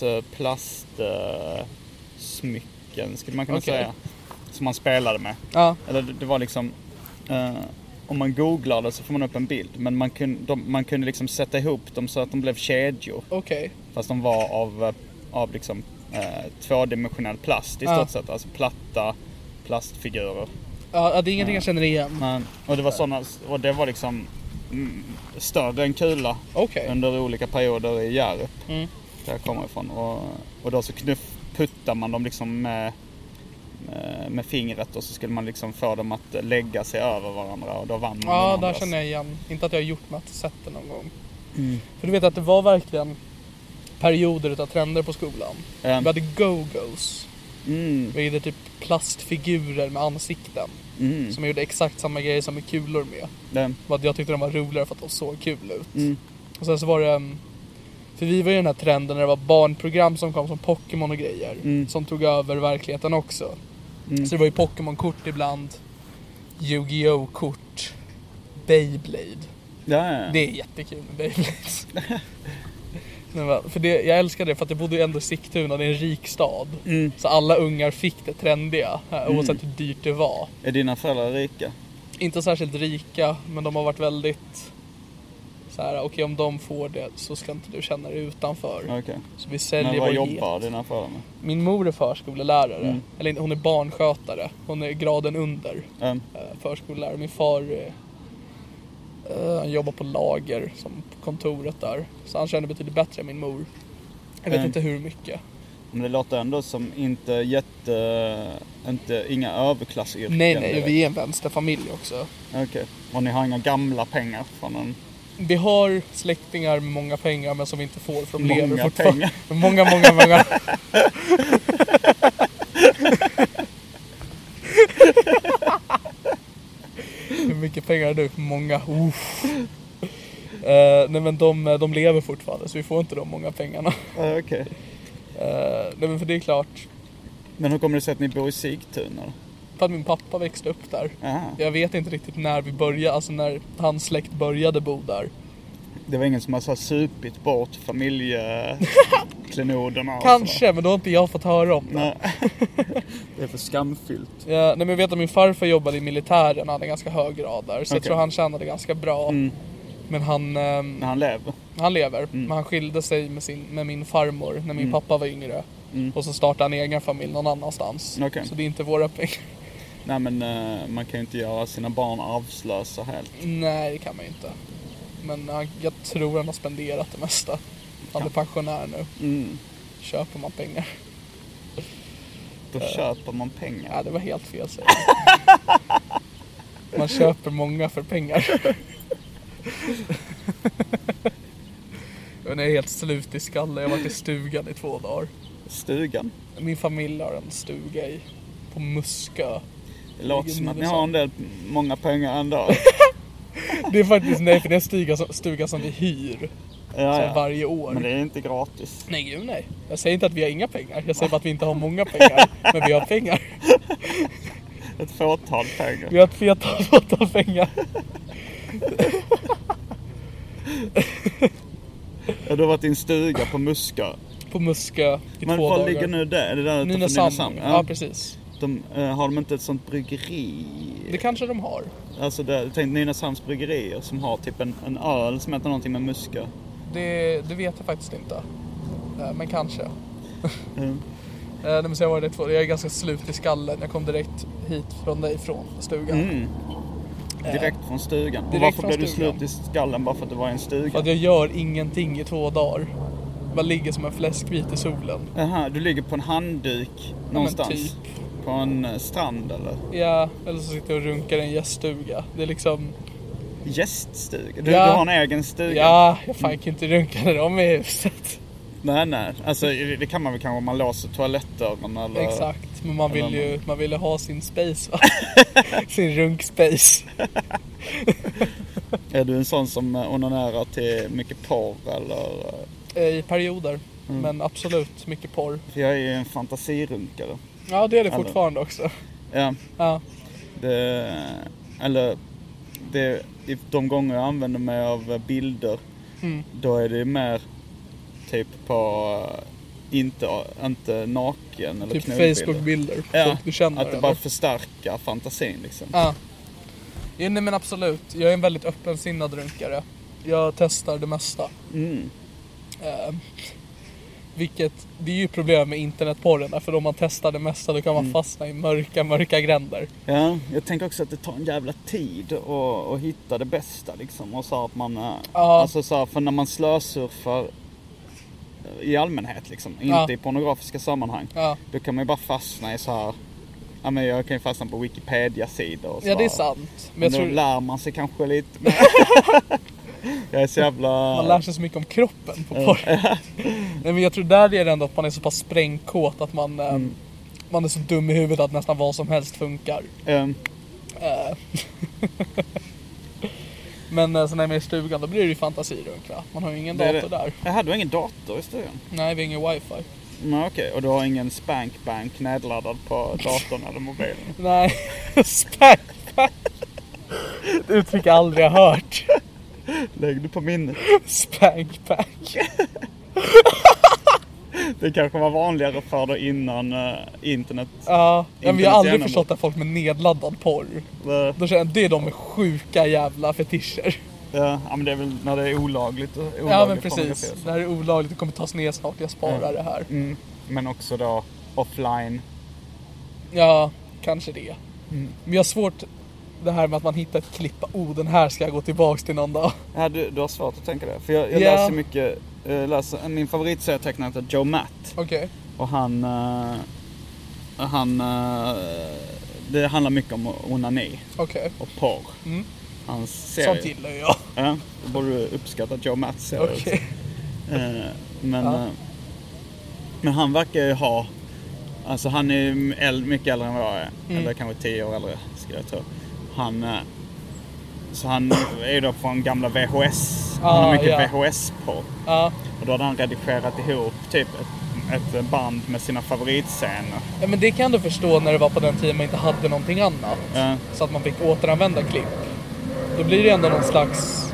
plastsmycken, skulle man kunna okay. säga. Som man spelade med. Ja. Eller det, det var liksom... Uh, om man googlade så får man upp en bild. Men man kunde, de, man kunde liksom sätta ihop dem så att de blev kedjor. Okej. Okay. Fast de var av, av liksom, uh, tvådimensionell plast i ja. stort sett. Alltså platta plastfigurer. Ja, det är ingenting uh, jag känner igen. Men, och det var såna, och det var liksom mm, större än kula okay. under olika perioder i Hjärup. Mm. Där jag kommer ifrån. Och, och då så knuff, puttar man dem liksom med, med, med fingret, och så skulle man liksom få dem att lägga sig över varandra, och då vann man. Ja, där känner jag igen. Inte att jag har gjort med att sett det någon gång. Mm. För du vet att det var verkligen perioder utav trender på skolan. Mm. Vi hade go-go's. Mm. Vi hade typ plastfigurer med ansikten. Mm. Som gjorde exakt samma grejer som med kulor med. Det. Att jag tyckte de var roligare för att de såg kul ut. Mm. Och sen så var det... För vi var ju den här trenden när det var barnprogram som kom som Pokémon och grejer. Mm. Som tog över verkligheten också. Mm. Så det var ju Pokémon-kort ibland. Yu-Gi-Oh-kort. Beyblade. Ja, ja, ja. Det är jättekul med Beyblade. För det, jag älskar det för att jag bodde ju ändå i Sigtuna, det är en rik stad. Mm. Så alla ungar fick det trendiga, mm. oavsett hur dyrt det var. Är dina föräldrar rika? Inte särskilt rika, men de har varit väldigt så här, okej okay, om de får det så ska inte du känna dig utanför. Okay. Så vi säljer men vad vår jobbar get. Dina föräldrar? Min mor är förskolelärare. Mm. Eller hon är barnskötare. Hon är graden under mm. förskollärare. Min far uh, han jobbar på lager som på kontoret där. Så han känner betydligt bättre än min mor. Jag vet mm. inte hur mycket. Men det låter ändå som inte jätte... Inte, inga överklassyrken. Nej, nej. Vi är en vänsterfamilj också. Okej. Okay. Och ni har inga gamla pengar från en... Vi har släktingar med många pengar men som vi inte får för de många lever fortfarande. Pengar. Många, många, många. Hur mycket pengar är du? Många. Uh. Uh, nej men de, de lever fortfarande så vi får inte de många pengarna. Uh, Okej. Okay. Uh, nej men för det är klart. Men hur kommer det sig att ni bor i Sigtuna? För att min pappa växte upp där. Aha. Jag vet inte riktigt när vi började, alltså när hans släkt började bo där. Det var ingen som har så här supit bort familjeklenoderna. Kanske, men då har inte jag fått höra om det. Nej. Det är för skamfyllt. Ja, nej, men jag vet att min farfar jobbade i militären. Han hade ganska hög grad där. Så okay. jag tror han tjänade ganska bra. Mm. Men han... Um, han lever. Han lever. Mm. Men han skilde sig med, sin, med min farmor när min mm. pappa var yngre. Mm. Och så startade han egen familj någon annanstans. Okay. Så det är inte våra pengar. Nej, men uh, man kan ju inte göra sina barn avslösa helt. Nej, det kan man ju inte. Men uh, jag tror han har spenderat det mesta. Han är pensionär nu. Mm. Köper man pengar. Då uh, köper man pengar? Ja, det var helt fel säg. Man köper många för pengar. Jag är helt slut i skallen. Jag har varit i stugan i två dagar. Stugan? Min familj har en stuga i, på Muskö. Det låter som att ni har en del, många pengar ändå. Det är faktiskt, nej, för det är en stuga, stuga som vi hyr. Ja, ja. Varje år. Men det är inte gratis. Nej, gud nej. Jag säger inte att vi har inga pengar. Jag säger bara att vi inte har många pengar. Men vi har pengar. Ett fåtal pengar. Vi har ett fåtal, fåtal pengar. Ja, du har varit i en stuga på Muskö. På Muskö i men två dagar. Men var ligger nu det? Är det där ute Nynäshamn? Ja. ja, precis. De, uh, har de inte ett sånt bryggeri? Det kanske de har. Alltså, det, jag tänkte Nynäshamns bryggerier som har typ en, en öl som heter någonting med Muskö. Det, det vet jag faktiskt inte. Uh, men kanske. Mm. uh, men så jag, var det två, jag är ganska slut i skallen. Jag kom direkt hit från dig från stugan. Mm. Direkt från stugan. Direkt varför från blev du stugan. slut i skallen bara för att det var en stuga? För att jag gör ingenting i två dagar. Man ligger som en fläskbit i solen. Jaha, du ligger på en handduk någonstans? Ja, typ. På en strand eller? Ja, eller så sitter jag och runkar i en gäststuga. Det är liksom... Gäststuga? Du, ja. du har en egen stuga? Ja, jag fan kan inte runka när de är i huset. Nej, nej. Alltså det kan man väl kanske om man låser toalettdörren eller... Exakt, men man vill ju man vill ha sin space va? Sin runkspace. Är du en sån som onanerar till mycket porr eller? I perioder, mm. men absolut mycket porr. För jag är ju en fantasirunkare. Ja, det är det eller... fortfarande också. Ja. Ja. Det, eller det, de gånger jag använder mig av bilder, mm. då är det mer typ på inte, inte naken eller typ knulbilder. Facebook-bilder. Ja, du känner att det bara förstärker fantasin liksom. Ja. Ja, nej men absolut. Jag är en väldigt öppensinnad runkare. Jag testar det mesta. Mm. Uh, vilket, det är ju problem med internetporren. För om man testar det mesta då kan man mm. fastna i mörka, mörka gränder. Ja, jag tänker också att det tar en jävla tid att, att hitta det bästa liksom. Och så att man, ja. alltså så för när man slösurfar i allmänhet liksom, inte ja. i pornografiska sammanhang, ja. då kan man ju bara fastna i så här. Ja, men jag kan ju fastna på Wikipedia-sidor och så. Ja, det är sant. Men, men då tror... lär man sig kanske lite. Jag är så jävla... Man lär sig så mycket om kroppen på porr. Nej, men jag tror där är det ändå att man är så pass sprängkåt att man, mm. man är så dum i huvudet att nästan vad som helst funkar. Mm. Men så när man är i stugan då blir det ju fantasirunka. Man har ju ingen det dator det. där. Jag hade du ingen dator i stugan? Nej, vi har ingen wifi. Nej, okej. Okay. Och du har ingen spankbank nedladdad på datorn eller mobilen? Nej, spankbank. Det uttryck jag aldrig har hört. Lägg du på minnet. Spankbank. Det kanske var vanligare för dig innan uh, internet. Ja, men vi har aldrig förstått att folk med nedladdad porr. Uh. Då känner jag, det är de med sjuka jävla fetischer. Ja, men det är väl när det är olagligt. olagligt ja, men precis. Det här är olagligt. Det kommer tas ner snart. Jag sparar mm. det här. Mm. Men också då offline. Ja, kanske det. Mm. Men jag har svårt det här med att man hittar ett klipp. Oh, den här ska jag gå tillbaks till någon dag. Ja, du, du har svårt att tänka det. För jag, jag ja. läser mycket. Jag läser, min favoritserietechnare heter Joe Matt. Okej. Okay. Och han... Uh, han... Uh, det handlar mycket om onani. Okej. Okay. Och porr. Mm. Hans serie. Sånt gillar jag. Ja, då borde du uppskatta Joe Matts serie. Okay. Uh, men, ja. uh, men han verkar ju ha... Alltså han är äldre, mycket äldre än vad jag är. Mm. Eller kanske tio år äldre, skulle jag tro. Han... Uh, så han är ju då från gamla V H S. Han ah, har mycket ja. V H S på. Ah. Och då hade han redigerat ihop typ ett, ett band med sina favoritscener. Ja, men det kan du förstå när det var på den tiden man inte hade någonting annat. Ja. Så att man fick återanvända klipp. Då blir det ändå någon slags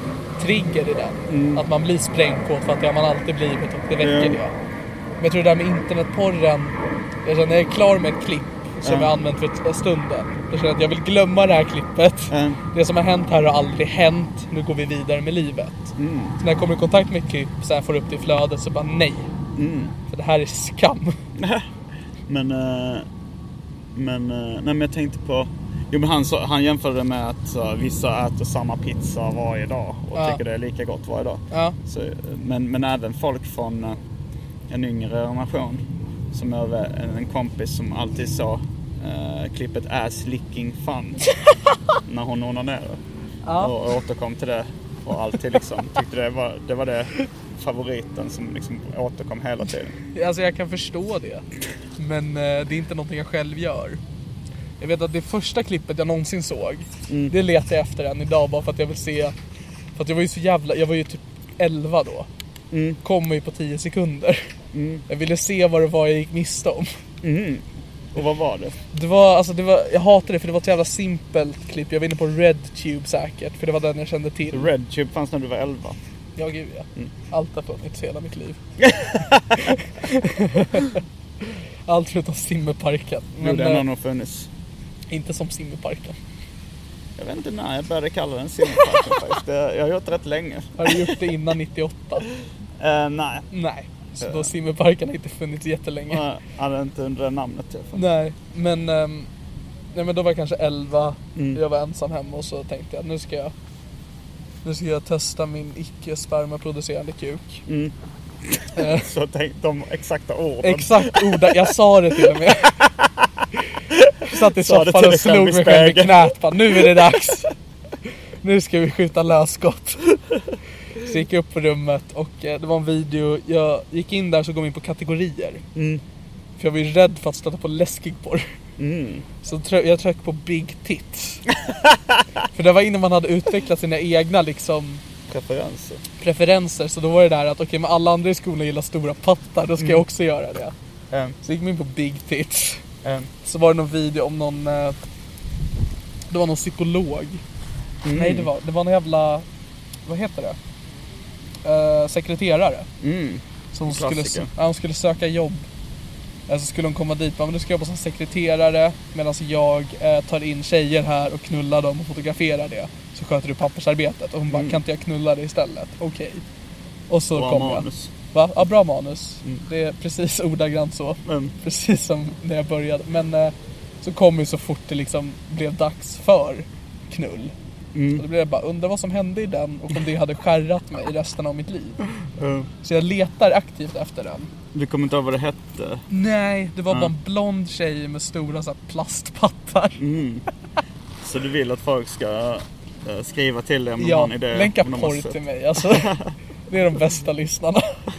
trigger i den. Mm. Att man blir sprängkåt för att det har man alltid blivit och det väcker Mm. det. Men jag tror det där med internetporren, jag känner när jag är klar med ett klipp som Mm. jag använt för ett stunden. Jag känner att jag vill glömma det här klippet. Mm. Det som har hänt här har aldrig hänt. Nu går vi vidare med livet. Mm. Så när jag kommer i kontakt med ett klipp så jag får upp det i flödet så bara nej. Mm. För det här är skam. Men, äh, men, äh, nej, men jag tänkte på... Jo, men han, så, han jämförde det med att så, vissa äter samma pizza varje dag och Ja. tycker det är lika gott varje dag. Ja. Så, men, men även folk från äh, en yngre generation. Som är en kompis som alltid sa äh, klippet ass licking fun när hon onanerade. Ja. Och återkom till det och alltid liksom tyckte det var det, var det favoriten som liksom återkom hela tiden. Alltså jag kan förstå det. Men eh, det är inte någonting jag själv gör. Jag vet att det första klippet jag någonsin såg, Mm. det letar jag efter än idag bara för att jag vill se. För att jag var ju så jävla, jag var ju typ elva då. Mm. Kommer ju på tio sekunder. Mm. Jag ville se vad det var jag gick miste om. Mm. Och vad var det? Det var, alltså det var, jag hatade det för det var ett jävla simpelt klipp. Jag var inne på RedTube säkert, för det var den jag kände till. RedTube fanns när du var elva. Ja, gud ja. Mm. Allt har funnits hela mitt liv. Allt förutom Simmerparken. Jo, Men den har eh, nog funnits. inte som Simmerparken. Jag vet inte när jag började kalla den Simmerparken faktiskt. Det- Jag har gjort det rätt länge. Har du gjort det innan nittioåtta? Uh, nej. Nej. Så Ja. då Simmerparken har inte funnits jättelänge. Jag hade inte under det namnet i alla fall. Nej, men, ehm, nej, men då var jag kanske elva. Mm. Jag var ensam hemma och så tänkte jag nu ska jag nu ska jag testa min icke-spermaproducerande kuk. Mm. Eh, Så tänk de exakta orden. Exakt ord, jag sa det till och med. Satt i Sa det soffan till och dig själv slog i mig själv i spegeln. knät. Bara, nu är det dags. Nu ska vi skjuta lösskott. Så gick jag upp på rummet och eh, det var en video. Jag gick in där så går vi in på kategorier. Mm. För jag var ju rädd för att stöta på läskig porr. Mm. Så trö- jag tryckte på Big Tits. För det var innan man hade utvecklat sina egna liksom Preferenser. preferenser. Så då var det där att okej, okay, men alla andra i skolan gillar stora pattar. Då ska jag också göra det. Um, Så gick man in på Big Tits. um, Så var det någon video om någon eh, det var någon psykolog. mm. Nej, det var det var någon jävla, vad heter det? Eh, sekreterare Mm. som skulle, Klassiker. ja, hon skulle söka jobb. Alltså skulle hon komma dit, bara, men du ska jobba som sekreterare medan jag eh, tar in tjejer här och knullar dem och fotograferar det. Så sköter du pappersarbetet. Och hon bara, Mm. kan inte jag knulla det istället? Okej. Och så Bra kom manus. jag. Va? Ja, bra manus. Mm. Det är precis ordagrant så. Mm. Precis som när jag började. Men eh, så kom ju så fort det liksom blev dags för knull. Mm. Och då blev jag bara, undra vad som hände i den och om det hade skärrat mig i resten av mitt liv. Um, Så jag letar aktivt efter den. du kommer inte ihåg vad det hette? Nej, det var Mm. bara en blond tjej med stora så här, plastpattar. Mm. Så du vill att folk ska uh, skriva till dig om de har Ja, en idé? länka om de har porr sett. till mig. Alltså, det är de bästa lyssnarna.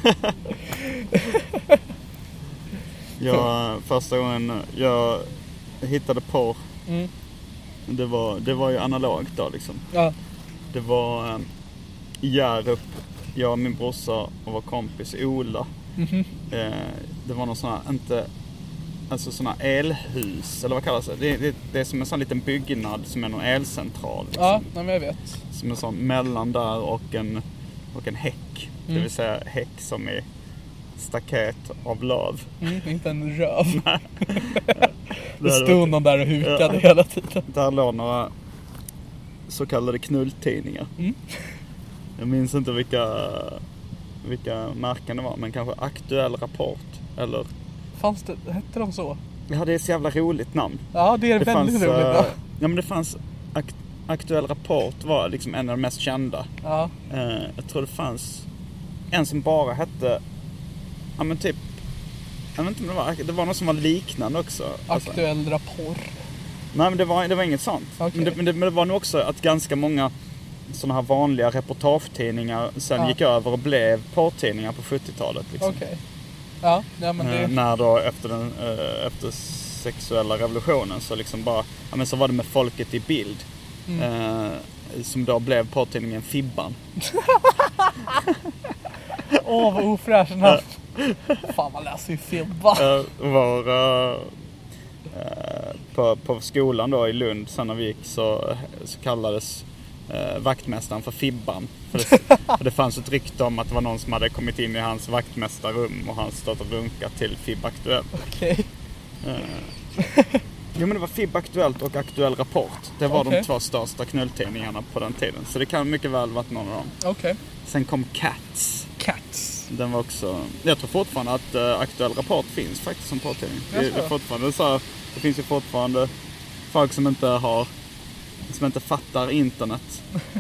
Jag, första gången jag hittade porr, Mm. det var, det var ju analogt då liksom. Ja. Det var eh, i Hjärup, jag och min brorsa och vår kompis Ola. Mhm. Eh, det var någon sån här, inte, alltså sån här elhus, eller vad kallas det? Det, det? det är som en sån liten byggnad som är någon elcentral. Liksom. Ja, nej, men jag vet. Som en sån mellan där och en, och en häck. Mm. Det vill säga häck som är staket av löv. Mm, inte en röv. Det Där, stod någon där och hukade Ja. hela tiden. där låg några så kallade knulltidningar. Mm. Jag minns inte vilka, vilka märken det var, men kanske Aktuell Rapport. Eller, Fanns det, hette de så? ja, det är ett så jävla roligt namn. Ja, det är Det väldigt fanns, roligt. eh, Ja. ja, men det fanns Akt- Aktuell Rapport var liksom en av de mest kända. Ja. Eh, jag tror det fanns en som bara hette, ja men typ, jag vet inte om det var, det var något som var liknande också. Alltså, Aktuell rapport. nej, men det var, det var inget sånt. Okej. Men, det, men, det, men det var nog också att ganska många sådana här vanliga reportagetidningar sen Ja. gick över och blev porrtidningar på sjuttiotalet. Liksom. Okej. Ja, ja, men Eh, det... när då efter den eh, efter sexuella revolutionen så liksom bara, ja men så var det med Folket i bild. Mm. Eh, som då blev porrtidningen Fibban. Åh, vad ofräsch den här. Fan, man läser ju Fibba. Eh, var eh, eh, på, på skolan då i Lund sen när vi gick så, så kallades eh, vaktmästaren för Fibban. För det, för det fanns ett rykte om att det var någon som hade kommit in i hans vaktmästarrum och han stått och runkat till Fib Aktuellt. Okej. Okay. Eh, jo men det var Fib Aktuellt och Aktuell Rapport. Det var okay. de två största knulltidningarna på den tiden. Så det kan mycket väl varit någon av dem. Okej. Okay. Sen kom Cats. Cats. Den var också... Jag tror fortfarande att uh, Aktuell Rapport finns faktiskt som porrtidning. Det, det, är fortfarande så här, det finns ju fortfarande folk som inte har... Som inte fattar internet.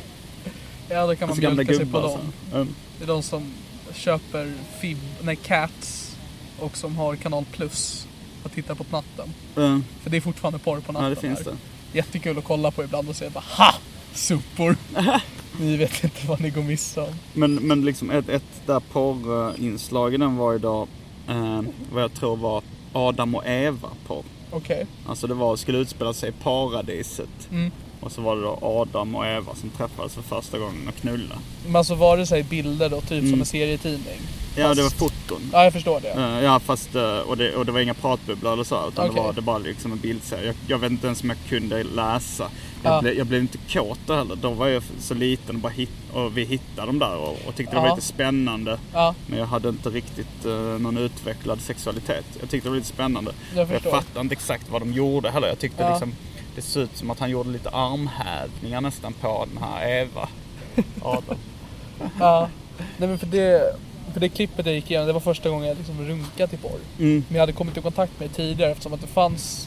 Ja, då kan man alltså, mjölka sig på dem. Mm. Det är de som köper Fib, nej, Cats och som har Kanal Plus och tittar på natten. Mm. För det är fortfarande porr på natten. Ja, det finns där. det. Jättekul att kolla på ibland och säga bara ha! Sopor! Ni vet inte vad ni går missa om. Men, men liksom ett, ett där porrinslag i den var ju då eh, vad jag tror var Adam och Eva porr. Okej. Okay. Alltså det var, skulle utspela sig i paradiset. Mm. Och så var det då Adam och Eva som träffades för första gången och knulla. Men alltså var det så här bilder då, typ mm. som en serietidning? Ja, fast... det var foton. Ja, jag förstår det. Ja, fast, och det, och det var inga pratbubblor eller så, utan okay. det var det bara liksom en bildserie. Jag, jag vet inte ens om jag kunde läsa. Jag, ja. blev, jag blev inte kåt heller. Då var jag så liten och, bara hit, och vi hittade dem där och, och tyckte ja. det var lite spännande. Ja. Men jag hade inte riktigt uh, någon utvecklad sexualitet. Jag tyckte det var lite spännande. Jag, jag fattade inte exakt vad de gjorde heller. Jag tyckte ja. liksom... Det såg ut som att han gjorde lite armhävningar nästan på den här Eva. Adam. Ja, nej men för det, för det klippet jag gick igenom, det var första gången jag liksom runkat i porr. Mm. Men jag hade kommit i kontakt med det tidigare eftersom att det fanns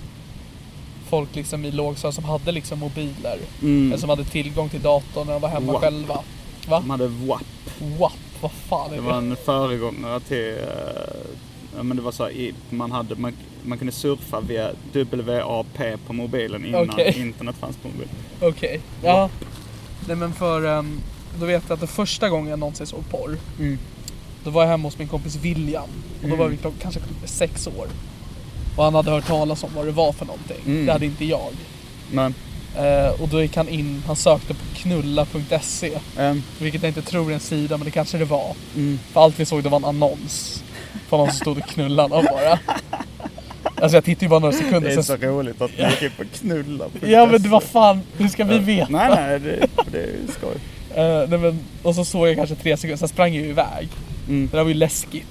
folk liksom i lågstadiet som hade liksom mobiler. Mm. Eller som hade tillgång till datorn när de var hemma W A P. själva. Va? De hade W A P. W A P, vad fan är det? Det var en föregångare till... Ja, men det var så här, man, hade, man, man kunde surfa via W A P på mobilen innan okay. internet fanns på mobilen. Okej, okay. ja. Nej men för, um, då vet jag att det första gången jag någonsin såg porr, mm. då var jag hemma hos min kompis William. Och då mm. var vi klock, kanske sex år. Och han hade hört talas om vad det var för någonting. Mm. Det hade inte jag. Men. Uh, och då gick han in, han sökte på knulla punkt se. Mm. Vilket jag inte tror är en sida, men det kanske det var. Mm. För allt vi såg det var en annons. För någon som stod och knullarna bara. Alltså jag tittade ju bara några sekunder. Det är så sen... roligt att ni gick in på knulla. Ja men det var fan, hur ska vi veta? Nej nej, det, det är skoj. Uh, nej, men, och så såg jag kanske tre sekunder, sen sprang jag ju iväg. Mm. Det där var ju läskigt.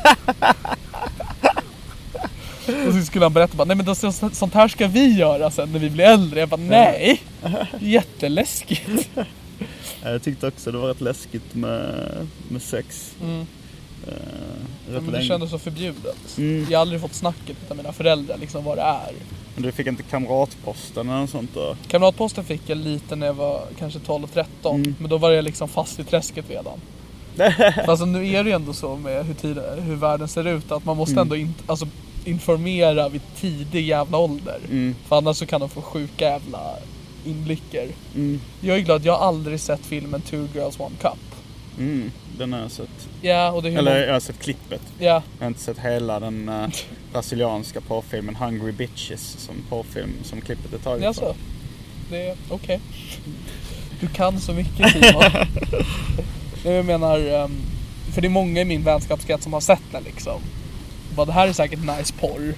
Och så skulle han berätta bara, nej men då, så, sånt här ska vi göra sen när vi blir äldre. Jag bara, nej, jätteläskigt. Jag tyckte också det var rätt läskigt med, med sex. Mm. Uh, ja, men det kändes så förbjudet. Mm. Jag har aldrig fått snacket av mina föräldrar liksom vad det är. Men du fick inte kamratposten eller något sånt då? Kamratposten fick jag lite när jag var kanske tolv tretton. Mm. Men då var jag liksom fast i träsket redan. Alltså nu är det ju ändå så med hur, tid, hur världen ser ut att man måste mm. ändå in, alltså, informera vid tidig jävla ålder. Mm. För annars så kan de få sjuka jävla inblickar. Mm. Jag är glad, jag har aldrig sett filmen Two Girls One Cup. Mm, den har jag sett. Ja, och det är Eller många... jag har sett klippet. Ja. Jag har inte sett hela den uh, brasilianska porrfilmen Hungry Bitches som porrfilm som klippet är taget ja, så. Det är okej. Okay. Du kan så mycket, Simon. Jag menar, um, för det är många i min vänskapskrets som har sett den liksom. Bara, det här är säkert nice porr.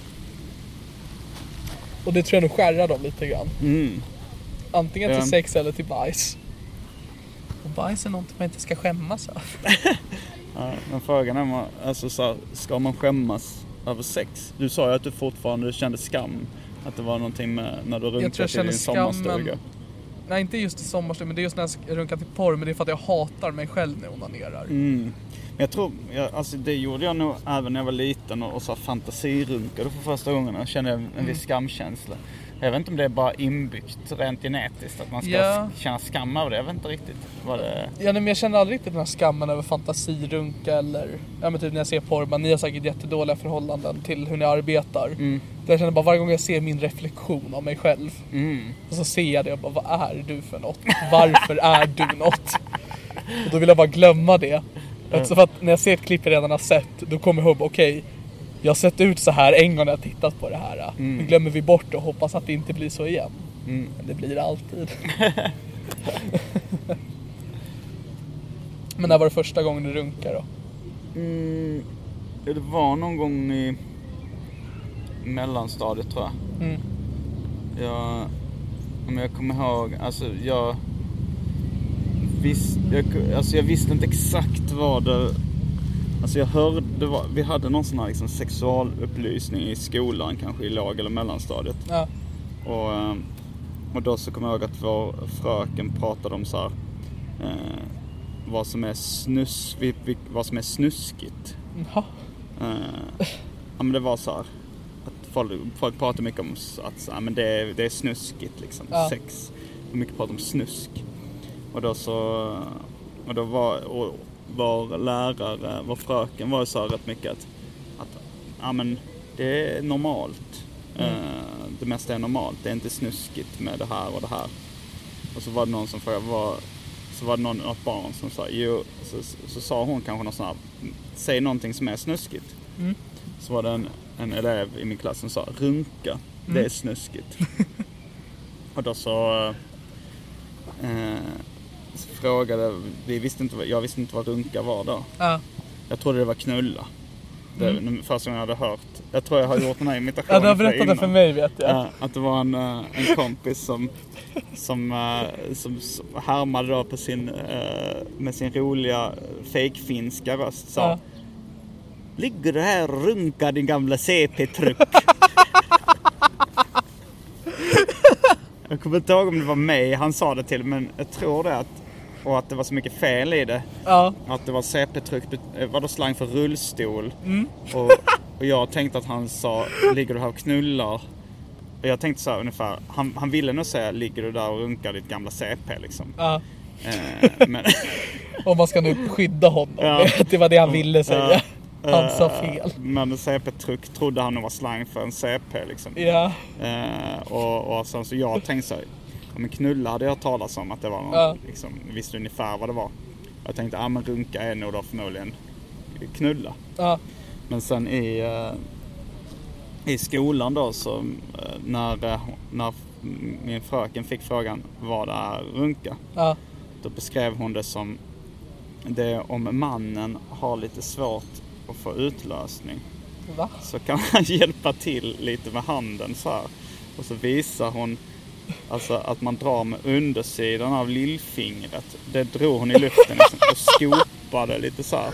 Och det tror jag nog skärrar dem lite grann. Mm. Antingen till um. sex eller till bajs. Och bajs är något man inte ska skämmas av. Ja, men frågan är, man, alltså, så, ska man skämmas över sex? Du sa ju att du fortfarande kände skam. Att det var någonting med när du runkade till din sommarstuga. Nej, inte just i sommarstuga, men det är just när jag runkar till porr. Men det är för att jag hatar mig själv när jag onanerar. Mm. Men jag tror, jag, alltså det gjorde jag nog även när jag var liten och, och så fantasirunkade för första gången. Jag kände en, en viss skamkänsla. Jag vet inte om det är bara inbyggt rent genetiskt att man ska ja. känna skam över det. Jag vet inte riktigt vad det... Ja, men jag känner aldrig riktigt den här skammen över fantasirunka eller... Ja, men typ när jag ser porr, men ni har säkert jättedåliga förhållanden till hur ni arbetar. Mm. Jag känner bara varje gång jag ser min reflektion av mig själv. Mm. Och så ser jag det och bara, vad är du för något? Varför är du något? Och då vill jag bara glömma det. Mm. Så för att när jag ser ett klipp jag redan har sett, då kommer jag ihåg, okej... Okay, jag har sett ut så här en gång när jag har tittat på det här. Mm. Nu glömmer vi bort det och hoppas att det inte blir så igen. Mm. Men det blir det alltid. Men när var det första gången du runkade då? Mm, det var någon gång i mellanstadiet tror jag. Mm. Jag, om jag kommer ihåg, alltså jag, visste, jag, alltså jag visste inte exakt vad det... Alltså jag hörde, det var, vi hade någon sån här liksom sexualupplysning i skolan, kanske i lag- eller mellanstadiet. Ja. Och, och då så kommer jag ihåg att vår fröken pratade om så här, eh, vad som är snus, vad som är snuskigt. Jaha. Eh, ja men det var så här, att folk, folk pratar mycket om att så här, men det är, det är snuskigt liksom, ja. Sex. Och mycket prat om snusk. Och då så, och då var... Och, vår lärare, vår fröken var så rätt mycket att, att ja, men det är normalt. Mm. Uh, det mesta är normalt. Det är inte snuskigt med det här och det här. Och så var det någon som frågade, var, så var det någon, något barn som sa, jo, så, så, så sa hon kanske något sånt här, säg någonting som är snuskigt. Mm. Så var det en, en elev i min klass som sa, runka, mm. det är snuskigt. Och då så... Uh, frågade, vi visste inte, jag visste inte vad runka var då. Ja. Jag trodde det var knulla. Det mm. första gången jag hade hört. Jag tror jag har gjort den här imitationen. Ja, du har berättat det för mig, vet jag. Ja, att det var en, en kompis som som, som, som härmade då på sin med sin roliga fake-finska röst sa ja. Ligger du här och runkar din gamla C P-truck? Jag kommer inte ihåg om det var mig han sa det till, men jag tror det att, och att det var så mycket fel i det. Ja. Att det var C P-tryck, var det slang för rullstol. Mm. Och, och jag tänkte att han sa, ligger du här och knullar? Och jag tänkte så här ungefär, han, han ville nog säga, ligger du där och runkar ditt gamla C P liksom. Ja. Eh, men... Om man ska nu skydda honom, ja. Det var det han ville säga. Ja. Han sa fel. Men C P-truck trodde han nog var slang för en C P liksom. Ja. Eh, och, och sen så jag tänkte så här, men knulla hade jag talat om att det var någon, ja. Liksom, visste ungefär vad det var. Jag tänkte, ja ah, men runka är nog då förmodligen knulla. Ja. Men sen i, uh, i skolan då så uh, när, uh, när min fröken fick frågan vad det är runka. Ja. Då beskrev hon det som det om mannen har lite svårt att få utlösning. Va? Så kan han hjälpa till lite med handen så här. Och så visar hon alltså att man drar med undersidan av lillfingret. Det drog hon i luften liksom, och skopade lite så här.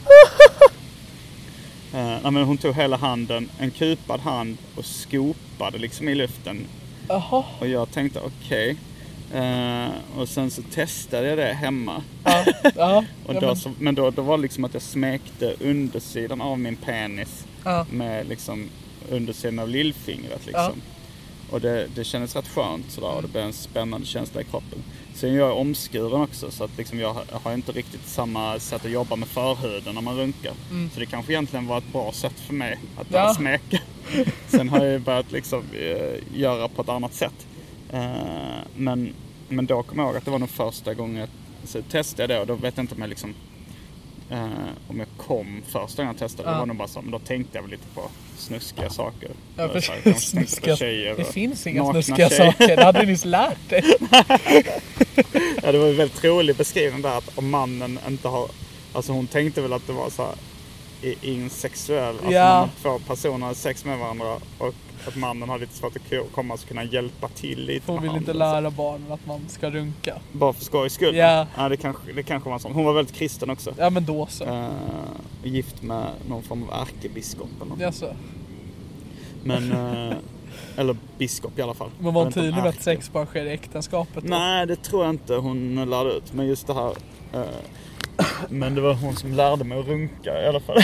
Uh, nej, men hon tog hela handen, en kupad hand, och skopade liksom i luften. Aha. Och jag tänkte okej. Okay. Uh, och sen så testade jag det hemma. Ja, ja, och då, så, men då, då var det liksom att jag smekte undersidan av min penis ja. Med liksom undersidan av lillfingret liksom. Ja. Och det, det kändes rätt skönt sådär, och det blev en spännande känsla i kroppen. Sen jag är omskuren också, så att liksom jag har inte riktigt samma sätt att jobba med förhuden när man runkar. Mm. Så det kanske egentligen var ett bra sätt för mig att ja. Smeka. Sen har jag börjat liksom uh, göra på ett annat sätt. Uh, men, men då kom jag ihåg att det var nog första gången så testade jag det, och då vet jag inte om jag liksom uh, om jag kom första gången jag testade. Ja. Det var nog bara så, men då tänkte jag väl lite på snuskiga saker. Ja, för så här, snuskiga, tjejer det finns inga snuskiga tjejer. Saker, det hade du nyss lärt dig. Ja, det var en väldigt rolig beskrivning där, att om mannen inte har, alltså hon tänkte väl att det var så här insexuell, alltså ja. När två personer har sex med varandra och att mannen har lite svårt att komma så kunna hjälpa till lite. Hon vill inte lära barnen att man ska runka. Bara för skojs skull. Ja. Ja, det kanske, det kanske var så. Hon var väldigt kristen också. Ja, men då så. Uh, gift med någon form av ärkebiskop eller något. Ja, så. Men, uh, eller biskop i alla fall. Men var hon tydlig med att sex bara sker i äktenskapet? Då? Nej, det tror jag inte hon lärde ut. Men just det här... Uh, men det var hon som lärde mig att runka i alla fall.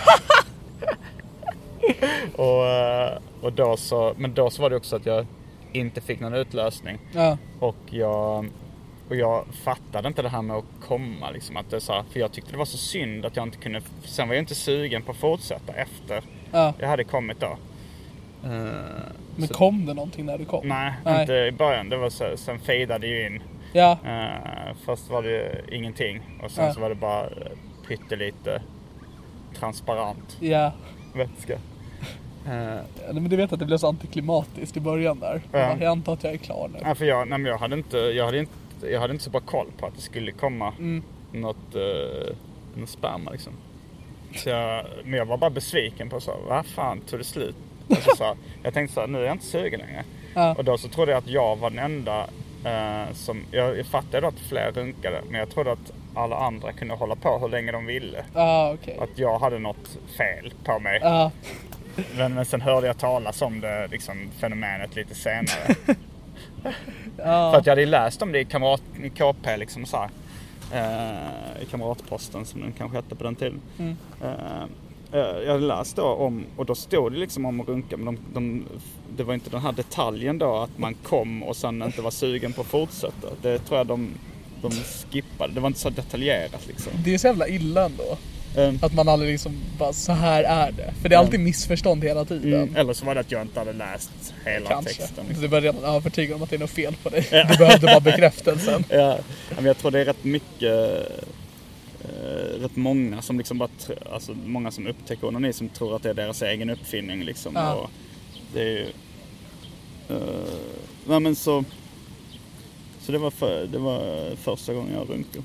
och, och då så, men då så var det också att jag inte fick någon utlösning. Ja. Och jag och jag fattade inte det här med att komma liksom, att det så, för jag tyckte det var så synd att jag inte kunde. Sen var jag inte sugen på att fortsätta efter ja. Jag hade kommit då. Uh, men så, kom det någonting när du kom? Nej, nej. Inte i början. Det var så, sen fejdade ju in. Ja. Uh, först var det ingenting. Och sen ja. Så var det bara pyttelite transparent ja. vätska. Uh, ja, men du vet att det blev så antiklimatiskt i början där. Ja. Jag antar att jag är klar nu. Ja, för jag, nej, men jag, hade inte, jag, hade inte, jag hade inte så bra koll på att det skulle komma mm. något, uh, något sperma liksom. Så jag, men jag var bara besviken på så. Vad fan tog det slut? Alltså, så, jag tänkte så här, nu är jag inte sugen längre. Ja. Och då så trodde jag att jag var den enda Uh, som, jag, jag fattade att fler runkade, men jag trodde att alla andra kunde hålla på hur länge de ville. Ah, okay. Att jag hade något fel på mig. Ah. Men, men sen hörde jag talas om det liksom, fenomenet lite senare. ah. För att jag hade läst om det i, kamrat, i K P liksom så här, uh, i Kamratposten som den kanske hette på den tiden. Mm. Uh, jag hade läst då om, och då stod det liksom om att runka, men de, de, det var inte den här detaljen då att man kom och sen inte var sugen på att fortsätta. Det tror jag de, de skippade. Det var inte så detaljerat liksom. Det är så jävla illa ändå. Mm. Att man aldrig liksom bara, så här är det. För det är alltid Mm. missförstånd hela tiden. Mm. Eller så var det att jag inte hade läst hela Kanske. texten. Liksom. Du var redan övertygad om att det är något fel på dig. Ja. Du behövde bara bekräftelsen. Ja, men jag tror det är rätt mycket... Uh, rätt många som liksom bara, alltså många som upptäcker onani som tror att det är deras egen uppfinning liksom. Ja. Och det är ju uh, nej men så så det var för, det var första gången jag runkade.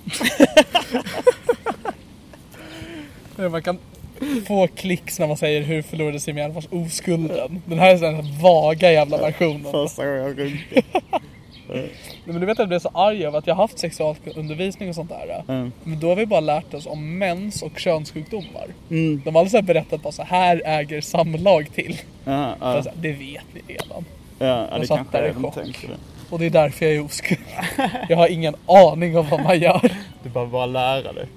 Man kan få klicks när man säger hur förlorade Simon Gärdenfors oskulden. Den här är den här vaga jävla versionen. Första gången jag runkade. Men du vet att jag blev så arg över att jag har haft sexualundervisning och sånt där. Mm. Men då har vi bara lärt oss om mens och könssjukdomar. Mm. De har alltså berättat bara så här äger samlag till. Ja, ja. Så här, det vet vi redan. Ja, ja det satt kanske där i är de chock. tänker det. Och det är därför jag är oskuld. Jag har ingen aning om vad man gör. Du behöver bara lära dig.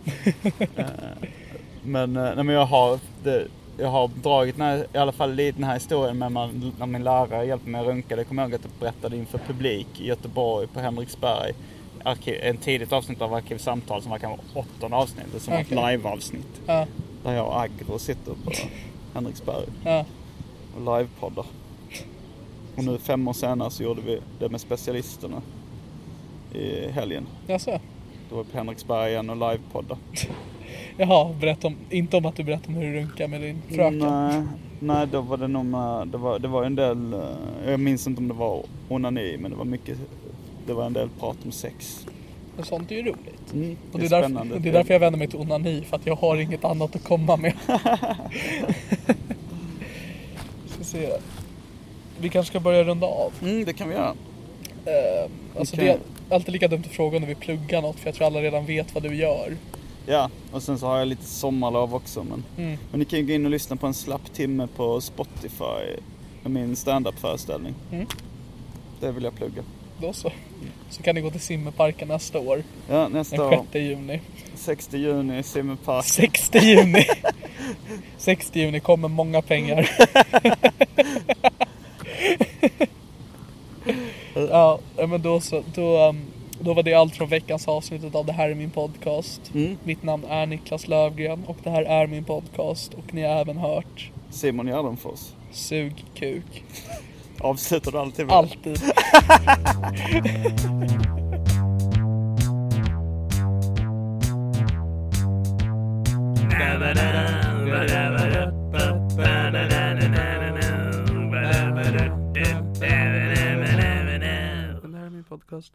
Men, nej, men jag har det, jag har dragit när, i alla fall i den här historien med man, när min lärare hjälpte mig att runka. Det kommer jag ihåg att jag berättade inför publik i Göteborg på Henriksberg. Arkiv, en tidigt avsnitt av Arkivsamtal som var kanske åttonde avsnitt, som okay. Ett live-avsnitt. Ja. Där jag och Agro sitter på Henriksberg ja. och livepoddar. Och nu fem år senare så gjorde vi det med specialisterna i helgen. Jaså? Då var vi på Henriksberg igen och livepoddar. Jaha, berätta om, inte om att du berättade om hur du runkar med din fröken. Nej, nej då var det nog med, det var, det var en del, jag minns inte om det var onani, men det var mycket, det var en del prat om sex. Och sånt är ju roligt. Mm, och det är, det är därför, det är därför jag vänder mig till onani, för att jag har inget annat att komma med. Ska se. Vi kanske ska börja runda av. Mm, det kan vi göra. Uh, alltså kan... Det är alltid lika dumt att fråga när vi pluggar något, för jag tror alla redan vet vad du gör. Ja, och sen så har jag lite sommarlov också. Men, mm. men ni kan ju gå in och lyssna på en slapp timme på Spotify med min stand-up-föreställning. Mm. Det vill jag plugga. Då så. Så kan ni gå till Simmerparken nästa år. Ja, nästa den sjätte juni. sexte juni, Simmerparken. sexte juni. sexte juni kommer många pengar. Ja, men då så. Då... Um, Då var det allt från veckans avsnittet av Det här är min podcast. Mm. Mitt namn är Niklas Lövgren och det här är min podcast. Och ni har även hört Simon Gärdenfors. Sug kuk. Avslutar du alltid med? Alltid. Det här är min podcast.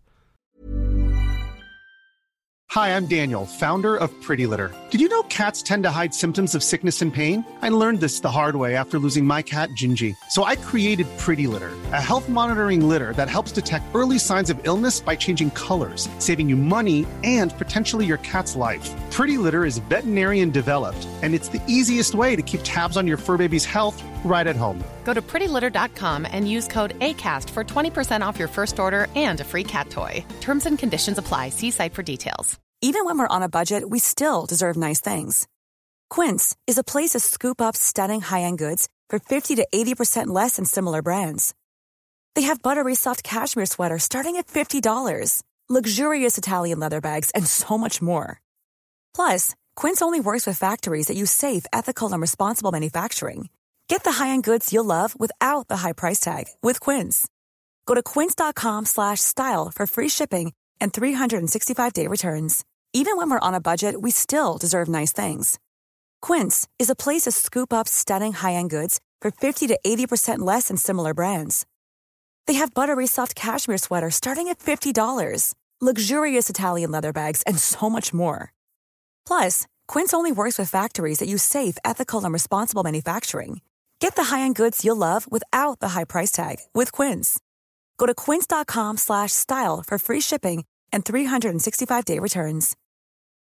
Hi, I'm Daniel, founder of Pretty Litter. Did you know cats tend to hide symptoms of sickness and pain? I learned this the hard way after losing my cat, Gingy. So I created Pretty Litter, a health monitoring litter that helps detect early signs of illness by changing colors, saving you money and potentially your cat's life. Pretty Litter is veterinarian developed, and it's the easiest way to keep tabs on your fur baby's health right at home. Go to pretty litter dot com and use code ACAST for twenty percent off your first order and a free cat toy. Terms and conditions apply. See site for details. Even when we're on a budget, we still deserve nice things. Quince is a place to scoop up stunning high-end goods for fifty to eighty percent less than similar brands. They have buttery soft cashmere sweaters starting at fifty dollars, luxurious Italian leather bags, and so much more. Plus, Quince only works with factories that use safe, ethical, and responsible manufacturing. Get the high-end goods you'll love without the high price tag with Quince. Go to quince dot com slash style for free shipping and three sixty-five day returns. Even when we're on a budget, we still deserve nice things. Quince is a place to scoop up stunning high-end goods for fifty to eighty percent less than similar brands. They have buttery soft cashmere sweaters starting at fifty dollars, luxurious Italian leather bags, and so much more. Plus, Quince only works with factories that use safe, ethical, and responsible manufacturing. Get the high-end goods you'll love without the high price tag with Quince. Go to quince.com slash style for free shipping and three sixty-five day returns.